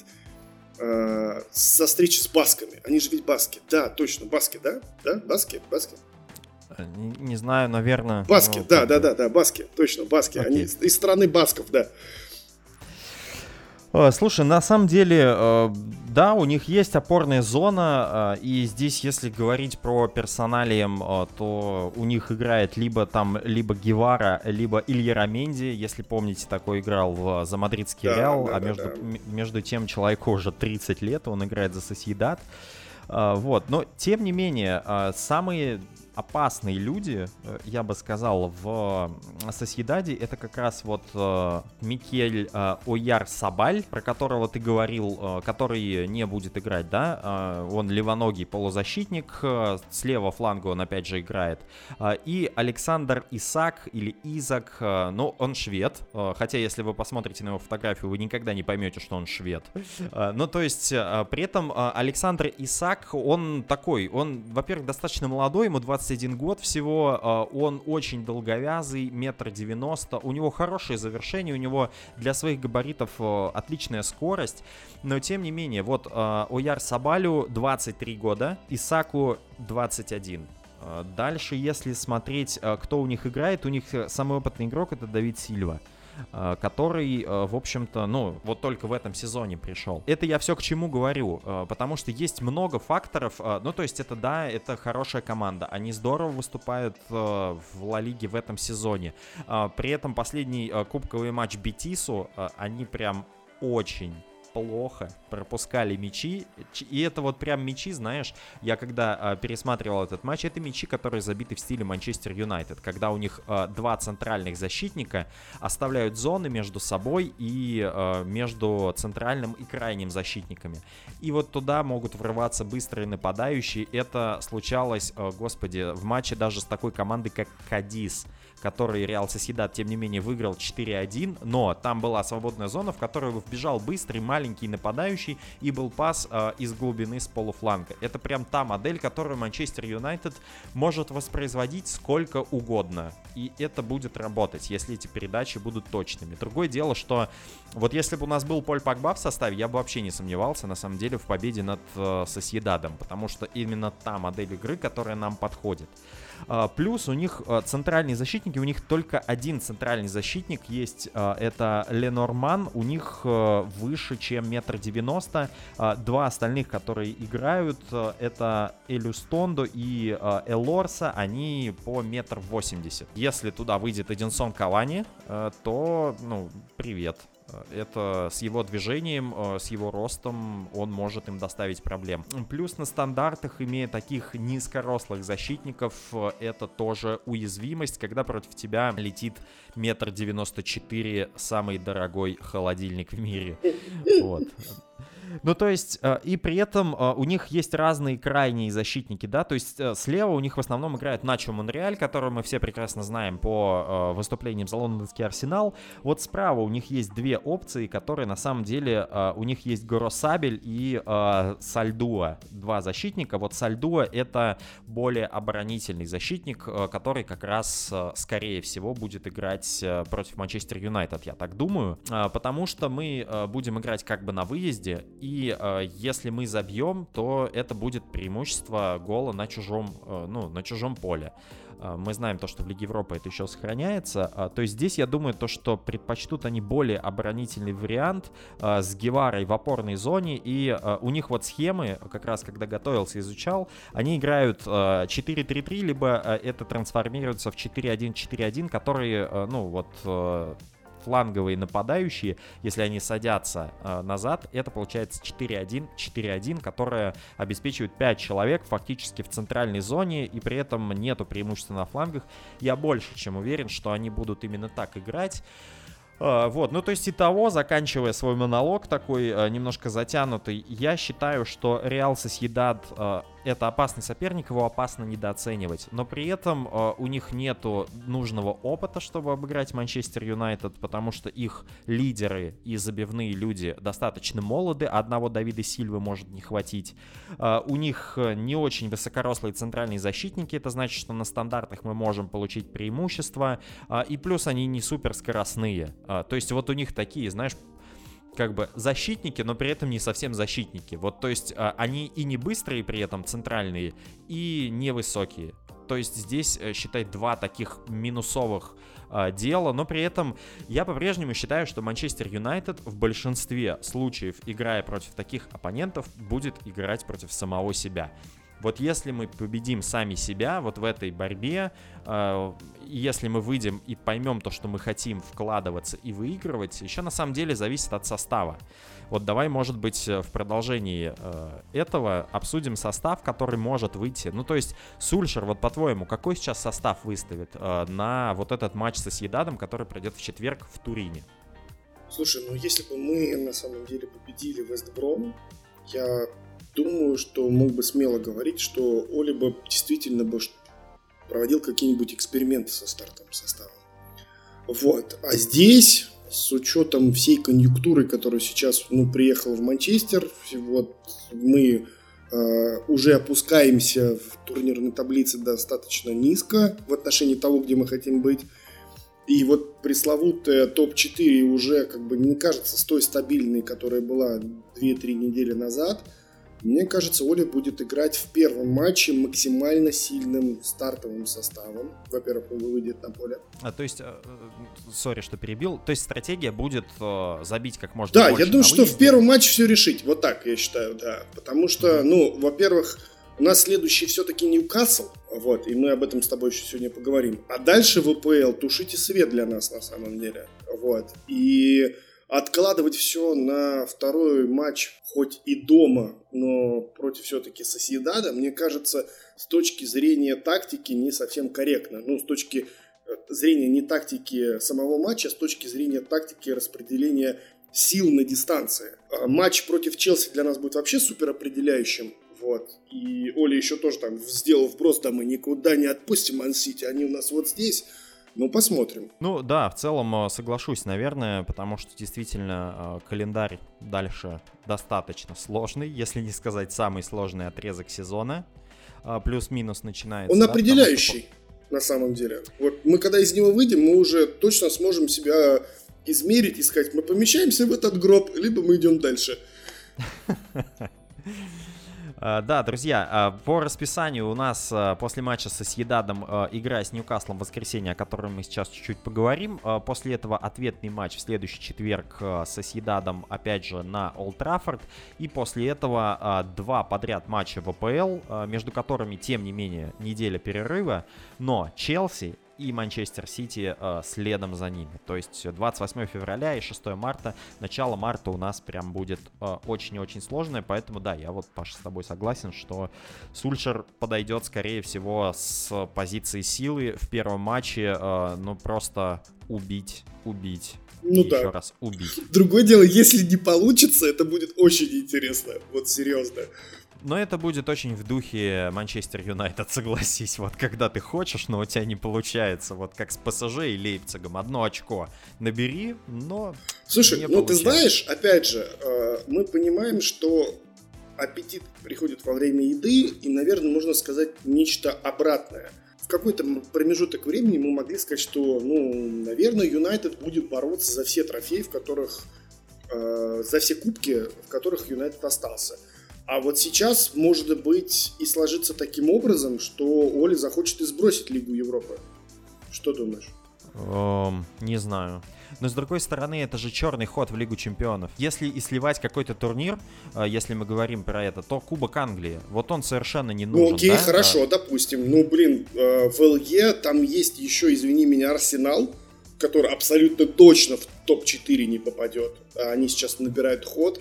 со встречи с басками. Они же ведь баски. Да, точно, баски, да? Да, баски. Не знаю, наверное. Баски, да, баски, точно, баски. Окей. Они из страны басков, да. Слушай, на самом деле, да, у них есть опорная зона, и здесь, если говорить про персоналием, то у них играет либо Гевара, либо Илья Раменди, если помните, такой играл за мадридский Реал, между тем человеку уже 30 лет, он играет за Сосьедад. Вот, но тем не менее, самые опасные люди, я бы сказал, в Сосьедаде, это как раз вот Микель Ойяр-Сабаль, про которого ты говорил, который не будет играть, да, он левоногий полузащитник, с левого фланга он опять же играет, и Александр Исак или Изак, ну, он швед, хотя если вы посмотрите на его фотографию, вы никогда не поймете, что он швед, ну, то есть, при этом Александр Исак, он такой, он, во-первых, достаточно молодой, ему 21 год всего, он очень долговязый, 1,90 м, у него хорошее завершение, у него для своих габаритов отличная скорость, но тем не менее, вот Ойяр-Сабалю 23 года, Исаку 21. Дальше, если смотреть, кто у них играет, у них самый опытный игрок — это Давид Сильва, который, в общем-то, ну, вот только в этом сезоне пришел. Это я все к чему говорю, потому что есть много факторов, ну, то есть это, да, это хорошая команда, они здорово выступают в Ла Лиге в этом сезоне, при этом последний кубковый матч Бетису они прям очень плохо пропускали мячи. И это вот прям мячи, знаешь, я когда пересматривал этот матч, это мячи, которые забиты в стиле Манчестер Юнайтед, когда у них два центральных защитника оставляют зоны между собой и между центральным и крайним защитниками. И вот туда могут врываться быстрые нападающие. Это случалось, господи, в матче даже с такой командой, как Кадис, который Реал Сосьедад, тем не менее, выиграл 4-1, но там была свободная зона, в которую вбежал быстрый маленький нападающий и был пас из глубины с полуфланга. Это прям та модель, которую Манчестер Юнайтед может воспроизводить сколько угодно. И это будет работать, если эти передачи будут точными. Другое дело, что вот если бы у нас был Поль Погба в составе, я бы вообще не сомневался, на самом деле, в победе над Сосьедадом, потому что именно та модель игры, которая нам подходит. Плюс у них центральные защитники, у них только один центральный защитник есть, это Ленорман, у них выше, чем 1,90 м. Два остальных, которые играют, это Элюстондо и Элорса, они по 1,80 м. Если туда выйдет Эдинсон Кавани, то, привет. Это с его движением, с его ростом он может им доставить проблем. Плюс на стандартах, имея таких низкорослых защитников, это тоже уязвимость, когда против тебя летит 1,94 м, самый дорогой холодильник в мире. Вот. То есть, и при этом у них есть разные крайние защитники, да, то есть слева у них в основном играет Начо Монреаль, которого мы все прекрасно знаем по выступлениям за лондонский Арсенал. Вот справа у них есть две опции, которые на самом деле, у них есть Горосабель и Сальдуа, два защитника. Вот Сальдуа — это более оборонительный защитник, который как раз, скорее всего, будет играть против Манчестер Юнайтед, я так думаю, потому что мы будем играть как бы на выезде. И если мы забьем, то это будет преимущество гола на чужом поле. Мы знаем то, что в Лиге Европы это еще сохраняется. То есть здесь, я думаю, то, что предпочтут они более оборонительный вариант с Геварой в опорной зоне. И у них вот схемы, как раз когда готовился, изучал, они играют 4-3-3, либо это трансформируется в 4-1-4-1, которые, фланговые нападающие, если они садятся назад, это получается 4-1-4-1, которая обеспечивает 5 человек фактически в центральной зоне, и при этом нету преимущества на флангах. Я больше чем уверен, что они будут именно так играть. То есть итого, заканчивая свой монолог такой немножко затянутый, я считаю, что Реал Сосьедад это опасный соперник, его опасно недооценивать. Но при этом у них нету нужного опыта, чтобы обыграть Манчестер Юнайтед, потому что их лидеры и забивные люди достаточно молоды, одного Давида Сильвы может не хватить. У них не очень высокорослые центральные защитники, это значит, что на стандартах мы можем получить преимущество, и плюс они не супер скоростные. То есть вот у них такие, знаешь, как бы защитники, но при этом не совсем защитники. Вот, то есть они и не быстрые при этом центральные, и невысокие. То есть здесь, считай, два таких минусовых дела, но при этом я по-прежнему считаю, что Манчестер Юнайтед в большинстве случаев, играя против таких оппонентов, будет играть против самого себя. Вот если мы победим сами себя вот в этой борьбе, если мы выйдем и поймем то, что мы хотим вкладываться и выигрывать, еще на самом деле зависит от состава. Вот давай, может быть, в продолжении этого обсудим состав, который может выйти. То есть, Сульшер, вот по-твоему, какой сейчас состав выставит на вот этот матч со Сосьедадом, который пройдет в четверг в Турине? Слушай, если бы мы на самом деле победили Вест Бром, я думаю, что мог бы смело говорить, что Оли бы действительно бы проводил какие-нибудь эксперименты со стартовым составом. Вот. А здесь, с учетом всей конъюнктуры, которая сейчас приехала в Манчестер, вот мы уже опускаемся в турнирной таблице достаточно низко в отношении того, где мы хотим быть. И вот пресловутая топ-4 уже не кажется с той стабильной, которая была 2-3 недели назад. Мне кажется, Оля будет играть в первом матче максимально сильным стартовым составом. Во-первых, он выйдет на поле. То есть, сори, что перебил, то есть стратегия будет забить как можно больше. Да, я думаю, что в первом матче все решить. Вот так, я считаю, да. Потому что, во-первых, у нас следующий все-таки Ньюкасл, вот, и мы об этом с тобой еще сегодня поговорим. А дальше ВПЛ, тушите свет для нас на самом деле. Вот. И откладывать все на второй матч, хоть и дома, но против все-таки Сосьедада, мне кажется, с точки зрения тактики не совсем корректно. Ну, с точки зрения не тактики самого матча, а с точки зрения тактики распределения сил на дистанции. Матч против Челси для нас будет вообще супер определяющим. Вот. И Оля еще тоже там сделал вброс, да, мы никуда не отпустим Ман-Сити, они у нас вот здесь. Ну, посмотрим. Ну да, в целом соглашусь, наверное, потому что действительно календарь дальше достаточно сложный, если не сказать самый сложный отрезок сезона. Плюс-минус начинается. Он определяющий, на самом деле. Вот мы когда из него выйдем, мы уже точно сможем себя измерить и сказать, мы помещаемся в этот гроб, либо мы идем дальше. Да, друзья, по расписанию у нас после матча со Сосьедадом игра с Ньюкаслом в воскресенье, о которой мы сейчас чуть-чуть поговорим. После этого ответный матч в следующий четверг с Сосьедадом, опять же, на Олд Траффорд. И после этого 2 подряд матча в АПЛ, между которыми, тем не менее, неделя перерыва. Но Челси и Манчестер Сити следом за ними. То есть 28 февраля и 6 марта, начало марта у нас прям будет очень-очень сложное. Поэтому да, я вот, Паша, с тобой согласен, что Сульшер подойдет, скорее всего, с позиции силы в первом матче, ну просто убить. Ну и да. еще раз убить. Другое дело, если не получится, это будет очень интересно. Вот серьезно. Но это будет очень в духе Манчестер Юнайтед, согласись. Вот когда ты хочешь, но у тебя не получается. Вот как с ПСЖ и Лейпцигом. 1 очко набери, но слушай, не ну получается. ты знаешь, опять же, мы понимаем, что аппетит приходит во время еды, и, наверное, можно сказать нечто обратное. В какой-то промежуток времени мы могли сказать, что, ну, наверное, Юнайтед будет бороться за все трофеи, в которых, за все кубки, в которых Юнайтед остался. А вот сейчас, может быть, и сложится таким образом, что Оля захочет и сбросить Лигу Европы. Что думаешь? Не знаю. Но с другой стороны, это же черный ход в Лигу Чемпионов. Если и сливать какой-то турнир, если мы говорим про это, то Кубок Англии, вот он совершенно не нужен. Ну окей, да? хорошо, допустим. Ну блин, в ЛЕ там есть еще, извини меня, Арсенал, который абсолютно точно в топ-4 не попадет. Они сейчас набирают ход.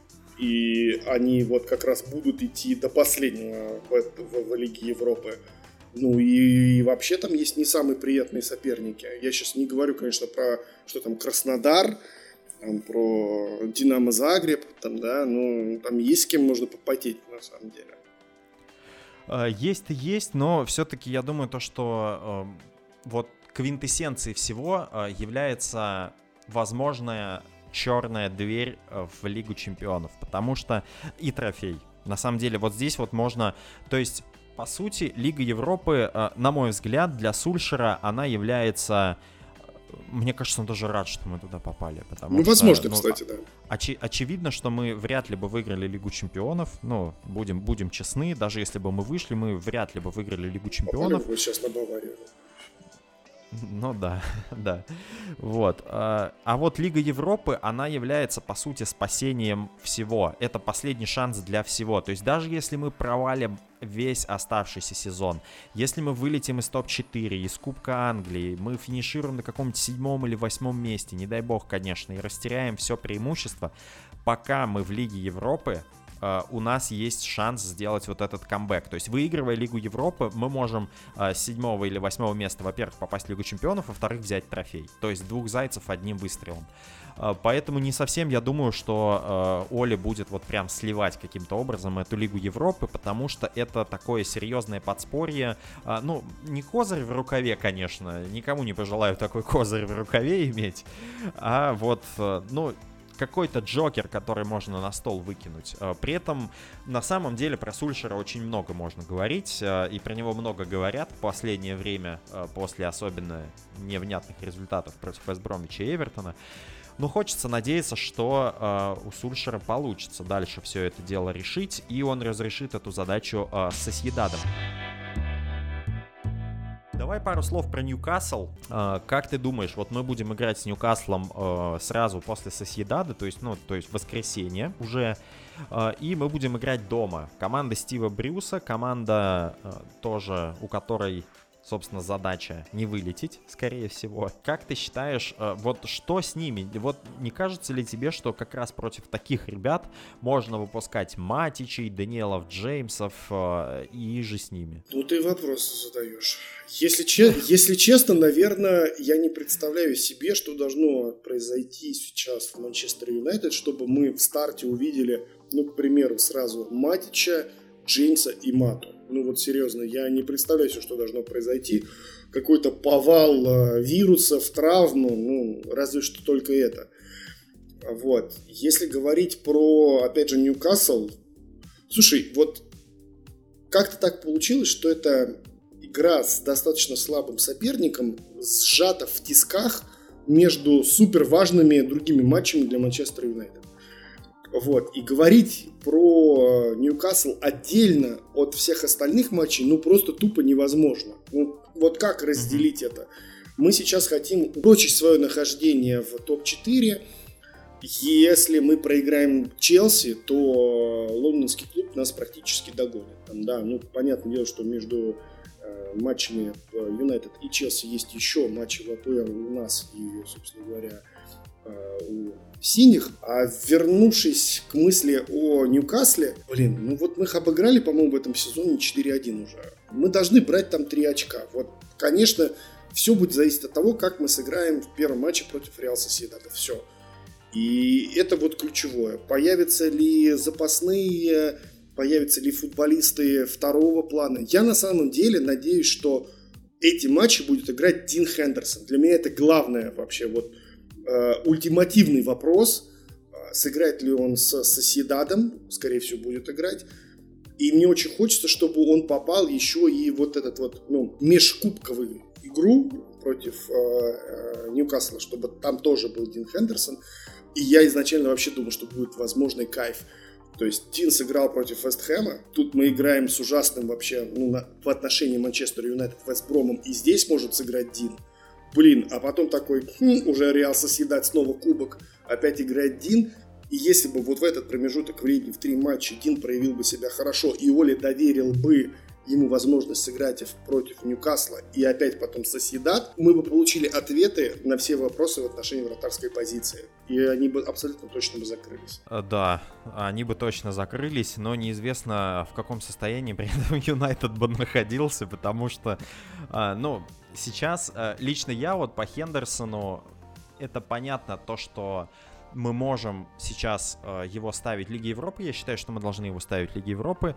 И они вот как раз будут идти до последнего в Лиге Европы. Ну и вообще там есть не самые приятные соперники. Я сейчас не говорю, конечно, про что там Краснодар, там, про Динамо Загреб, там, да, ну там есть с кем можно попотеть на самом деле. Есть, но все-таки я думаю то, что вот квинтэссенцией всего является возможная черная дверь в Лигу Чемпионов, потому что и трофей. На самом деле вот здесь вот можно, то есть по сути Лига Европы, на мой взгляд, для Сульшера она является, мне кажется, он даже рад, что мы туда попали, потому ну что, возможно, кстати, да. Очевидно, что мы вряд ли бы выиграли Лигу Чемпионов, ну будем честны, даже если бы мы вышли, мы вряд ли бы выиграли Лигу Чемпионов. Попали бы сейчас на Баварию. Ну да, да. Вот. А вот Лига Европы, она является, по сути, спасением всего. Это последний шанс для всего. То есть даже если мы провалим весь оставшийся сезон, если мы вылетим из топ-4, из Кубка Англии, мы финишируем на каком-то 7 или 8 месте, не дай бог, конечно, и растеряем все преимущество, пока мы в Лиге Европы, у нас есть шанс сделать вот этот камбэк. То есть, выигрывая Лигу Европы, мы можем с 7 или 8 места, во-первых, попасть в Лигу Чемпионов, во-вторых, взять трофей. То есть, 2 зайцев одним выстрелом. Поэтому не совсем я думаю, что Оля будет вот прям сливать каким-то образом эту Лигу Европы, потому что это такое серьезное подспорье. Ну, не козырь в рукаве, конечно, никому не пожелаю такой козырь в рукаве иметь, а вот, ну, какой-то джокер, который можно на стол выкинуть. При этом, на самом деле, про Сульшера очень много можно говорить, и про него много говорят в последнее время, после особенно невнятных результатов против Вест Бромвича и Эвертона. Но хочется надеяться, что у Сульшера получится дальше все это дело решить, и он разрешит эту задачу с Сосьедадом. Давай пару слов про Ньюкасл. Как ты думаешь, вот мы будем играть с Ньюкаслом сразу после Сосьедада, то есть в воскресенье уже, и мы будем играть дома. Команда Стива Брюса, команда тоже, у которой собственно, задача не вылететь, скорее всего. Как ты считаешь, вот что с ними? Вот не кажется ли тебе, что как раз против таких ребят можно выпускать Матичей, Дэниелов, Джеймсов и же с ними? Ну, ты вопросы задаешь. Если честно, наверное, я не представляю себе, что должно произойти сейчас в Манчестер Юнайтед, чтобы мы в старте увидели, ну, к примеру, сразу Матича, Джеймса и Мату. Ну вот серьезно, я не представляю себе, что должно произойти. Какой-то повал вирусов, травм, ну, разве что только это. Вот. Если говорить про, опять же, Ньюкасл, слушай, вот как-то так получилось, что это игра с достаточно слабым соперником, сжата в тисках между супер важными другими матчами для Манчестер Юнайтед. Вот. И говорить про Ньюкасл отдельно от всех остальных матчей, ну, просто тупо невозможно. Ну, вот как разделить это? Мы сейчас хотим упрочить свое нахождение в топ-4. Если мы проиграем Челси, то лондонский клуб нас практически догонит. Там, да, ну, понятное дело, что между матчами Юнайтед и Челси есть еще матчи в АПЛ у нас и, собственно говоря, у синих. А вернувшись к мысли о Ньюкасле, ну вот мы их обыграли, по-моему, в этом сезоне 4-1 уже. Мы должны брать там 3 очка. Вот, конечно, все будет зависеть от того, как мы сыграем в первом матче против Реал Сосьедада. Все. И это вот ключевое. Появятся ли запасные, появятся ли футболисты второго плана. Я на самом деле надеюсь, что эти матчи будет играть Дин Хендерсон. Для меня это главное вообще вот ультимативный вопрос. Сыграет ли он с Сосьедадом? Скорее всего, будет играть. И мне очень хочется, чтобы он попал еще и вот этот вот, ну, межкубковую игру против Ньюкасла, чтобы там тоже был Дин Хендерсон. И я изначально вообще думал, что будет возможный кайф. То есть Дин сыграл против Вест Хэма. Тут мы играем с ужасным вообще, ну, в отношении Манчестер Юнайтед Вест Бромом. И здесь может сыграть Дин. Блин, а потом такой, уже Реал Сосьедад, снова кубок, опять играет Дин. И если бы вот в этот промежуток времени в 3 матча Дин проявил бы себя хорошо, и Оли доверил бы ему возможность сыграть против Ньюкасла и опять потом Сосьедад, мы бы получили ответы на все вопросы в отношении вратарской позиции. И они бы абсолютно точно бы закрылись. Да, они бы точно закрылись, но неизвестно, в каком состоянии при этом Юнайтед бы находился, потому что, ну, сейчас лично я вот по Хендерсону, это понятно то, что мы можем сейчас его ставить в Лиге Европы. Я считаю, что мы должны его ставить в Лиге Европы.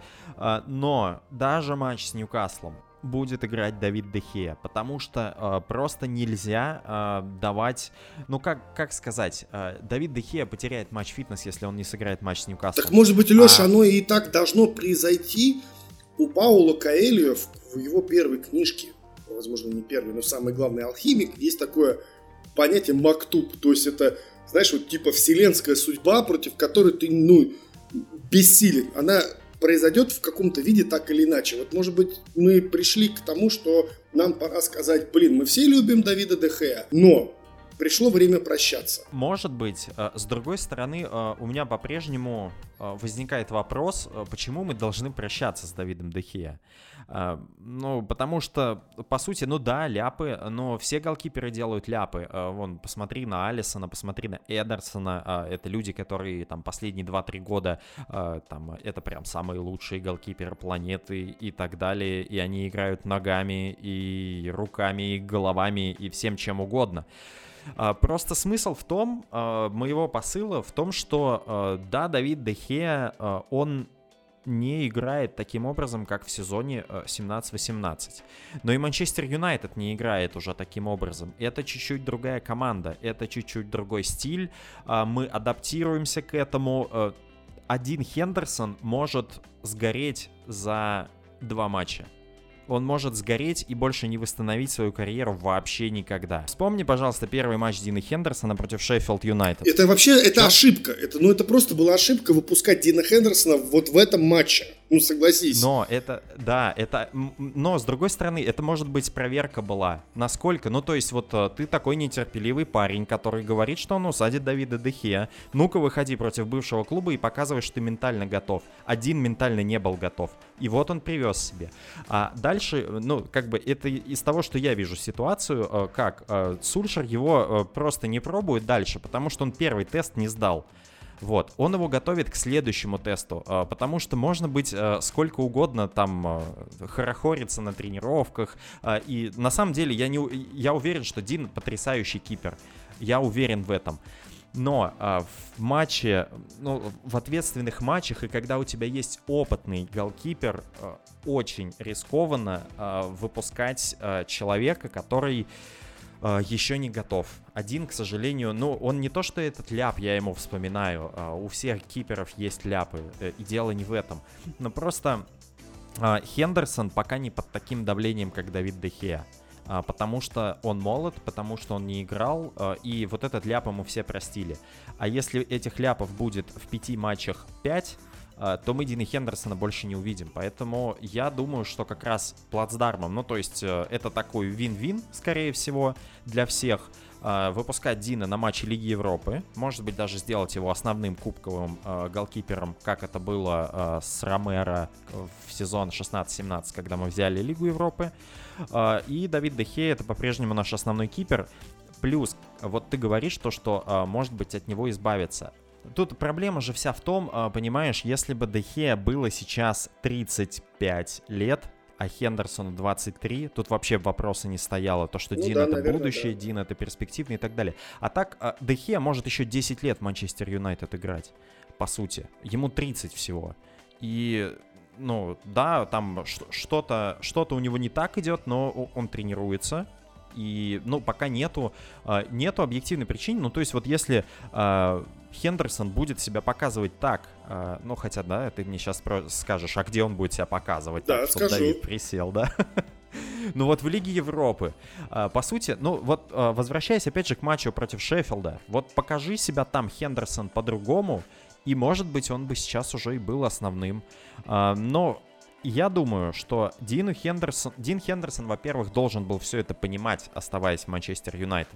Но даже матч с Ньюкаслом будет играть Давид де Хеа, потому что просто нельзя давать... Ну, как сказать? Давид де Хеа потеряет матч-фитнес, если он не сыграет матч с Ньюкаслом. Так, может быть, Леша, оно и так должно произойти. У Пауло Коэльо в его первой книжке, возможно, не первой, но самый главный алхимик, есть такое понятие мактуб. То есть это, знаешь, вот типа вселенская судьба, против которой ты, ну, бессилен. Она произойдет в каком-то виде так или иначе. Вот, может быть, мы пришли к тому, что нам пора сказать, блин, мы все любим Давида де Хеа, но пришло время прощаться. Может быть. С другой стороны, у меня по-прежнему возникает вопрос, почему мы должны прощаться с Давидом де Хеа. Ну, потому что, по сути, ну да, ляпы, но все голкиперы делают ляпы. Вон, посмотри на Алисона, посмотри на Эдерсона. Это люди, которые там последние 2-3 года, там, это прям самые лучшие голкиперы планеты и так далее. И они играют ногами, и руками, и головами, и всем чем угодно. Просто смысл в том, моего посыла в том, что да, Давид де Хеа, он не играет таким образом, как в сезоне 17-18. Но и Манчестер Юнайтед не играет уже таким образом. Это чуть-чуть другая команда, это чуть-чуть другой стиль. Мы адаптируемся к этому. Один Хендерсон может сгореть за 2 матча. Он может сгореть и больше не восстановить свою карьеру вообще никогда. Вспомни, пожалуйста, первый матч Дина Хендерсона против Шеффилд Юнайтед. Это вообще, это ошибка. Это просто была ошибка выпускать Дина Хендерсона вот в этом матче. Ну, согласись. Но это, да, но с другой стороны, это может быть проверка была. Насколько, ну то есть вот ты такой нетерпеливый парень, который говорит, что он усадит Давида де Геа. Ну-ка выходи против бывшего клуба и показывай, что ты ментально готов. Один ментально не был готов. И вот он привез себе. А дальше, ну как бы это из того, что я вижу ситуацию, как Сульшер его просто не пробует дальше, потому что он первый тест не сдал. Вот, он его готовит к следующему тесту, потому что можно быть сколько угодно там хорохориться на тренировках, и на самом деле я уверен, что Дин потрясающий кипер, я уверен в этом. Но в матче, ну, в ответственных матчах, и когда у тебя есть опытный голкипер, очень рискованно выпускать человека, который еще не готов. Один, к сожалению, ну, он не то, что этот ляп, я ему вспоминаю, у всех киперов есть ляпы, и дело не в этом. Но просто Хендерсон пока не под таким давлением, как Давид де Геа. Потому что он молод, потому что он не играл, и вот этот ляп ему все простили. А если этих ляпов будет в 5 матчах 5, то мы Дина Хендерсона больше не увидим. Поэтому я думаю, что как раз плацдармом, ну то есть это такой вин-вин, скорее всего, для всех. Выпускать Дина на матче Лиги Европы, может быть даже сделать его основным кубковым голкипером, как это было с Ромеро в сезон 16-17, когда мы взяли Лигу Европы. И Давид де Геа — это по-прежнему наш основной кипер. Плюс, вот ты говоришь то, что может быть от него избавиться. Тут проблема же вся в том, понимаешь, если бы де Геа было сейчас 35 лет, а Хендерсону 23, тут вообще вопроса не стояло. То, что Дин — это наверное, будущее, да. Дин — это перспективный и так далее. А так, де Геа может еще 10 лет в Манчестер Юнайтед играть, по сути. Ему 30 всего. И, ну, да, там что-то у него не так идет, но он тренируется. И, ну, пока нету объективной причины. Ну, то есть вот если Хендерсон будет себя показывать так, ну, хотя, да, ты мне сейчас скажешь, а где он будет себя показывать? Да, так, чтобы Давид присел, да? Ну, вот в Лиге Европы. По сути, ну, вот возвращаясь опять же к матчу против Шеффилда, вот покажи себя там, Хендерсон, по-другому, и, может быть, он бы сейчас уже и был основным. Но я думаю, что Дин Хендерсон, во-первых, должен был все это понимать, оставаясь в Манчестер Юнайтед.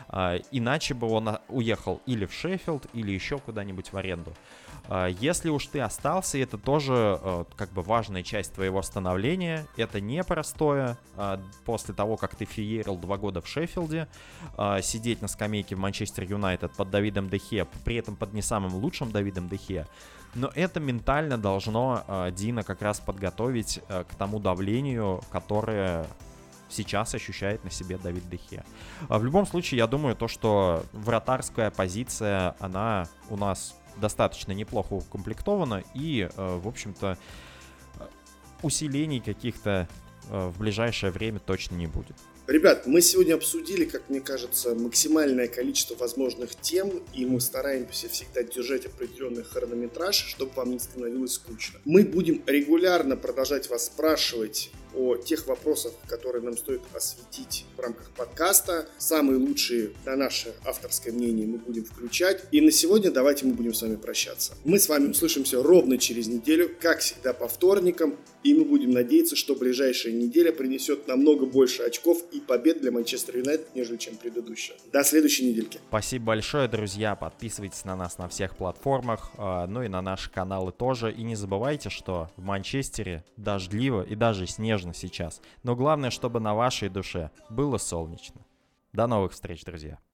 Иначе бы он уехал или в Шеффилд, или еще куда-нибудь в аренду. Если уж ты остался, это тоже как бы важная часть твоего становления. Это непростое. После того, как ты феерил 2 года в Шеффилде, сидеть на скамейке в Манчестер Юнайтед под Давидом де Геа, при этом под не самым лучшим Давидом де Геа. Но это ментально должно Дина как раз подготовить к тому давлению, которое сейчас ощущает на себе Давид де Геа. В любом случае, я думаю, то, что вратарская позиция, она у нас достаточно неплохо укомплектована, и, в общем-то, усилений каких-то в ближайшее время точно не будет. Ребят, мы сегодня обсудили, как мне кажется, максимальное количество возможных тем, и мы стараемся всегда держать определенный хронометраж, чтобы вам не становилось скучно. Мы будем регулярно продолжать вас спрашивать о тех вопросах, которые нам стоит осветить в рамках подкаста. Самые лучшие, на наше авторское мнение, мы будем включать. И на сегодня давайте мы будем с вами прощаться. Мы с вами услышимся ровно через неделю, как всегда по вторникам. И мы будем надеяться, что ближайшая неделя принесет намного больше очков и побед для Манчестер Юнайтед, нежели чем предыдущая. До следующей недельки. Спасибо большое, друзья. Подписывайтесь на нас на всех платформах, ну и на наши каналы тоже. И не забывайте, что в Манчестере дождливо и даже снежно сейчас. Но главное, чтобы на вашей душе было солнечно. До новых встреч, друзья.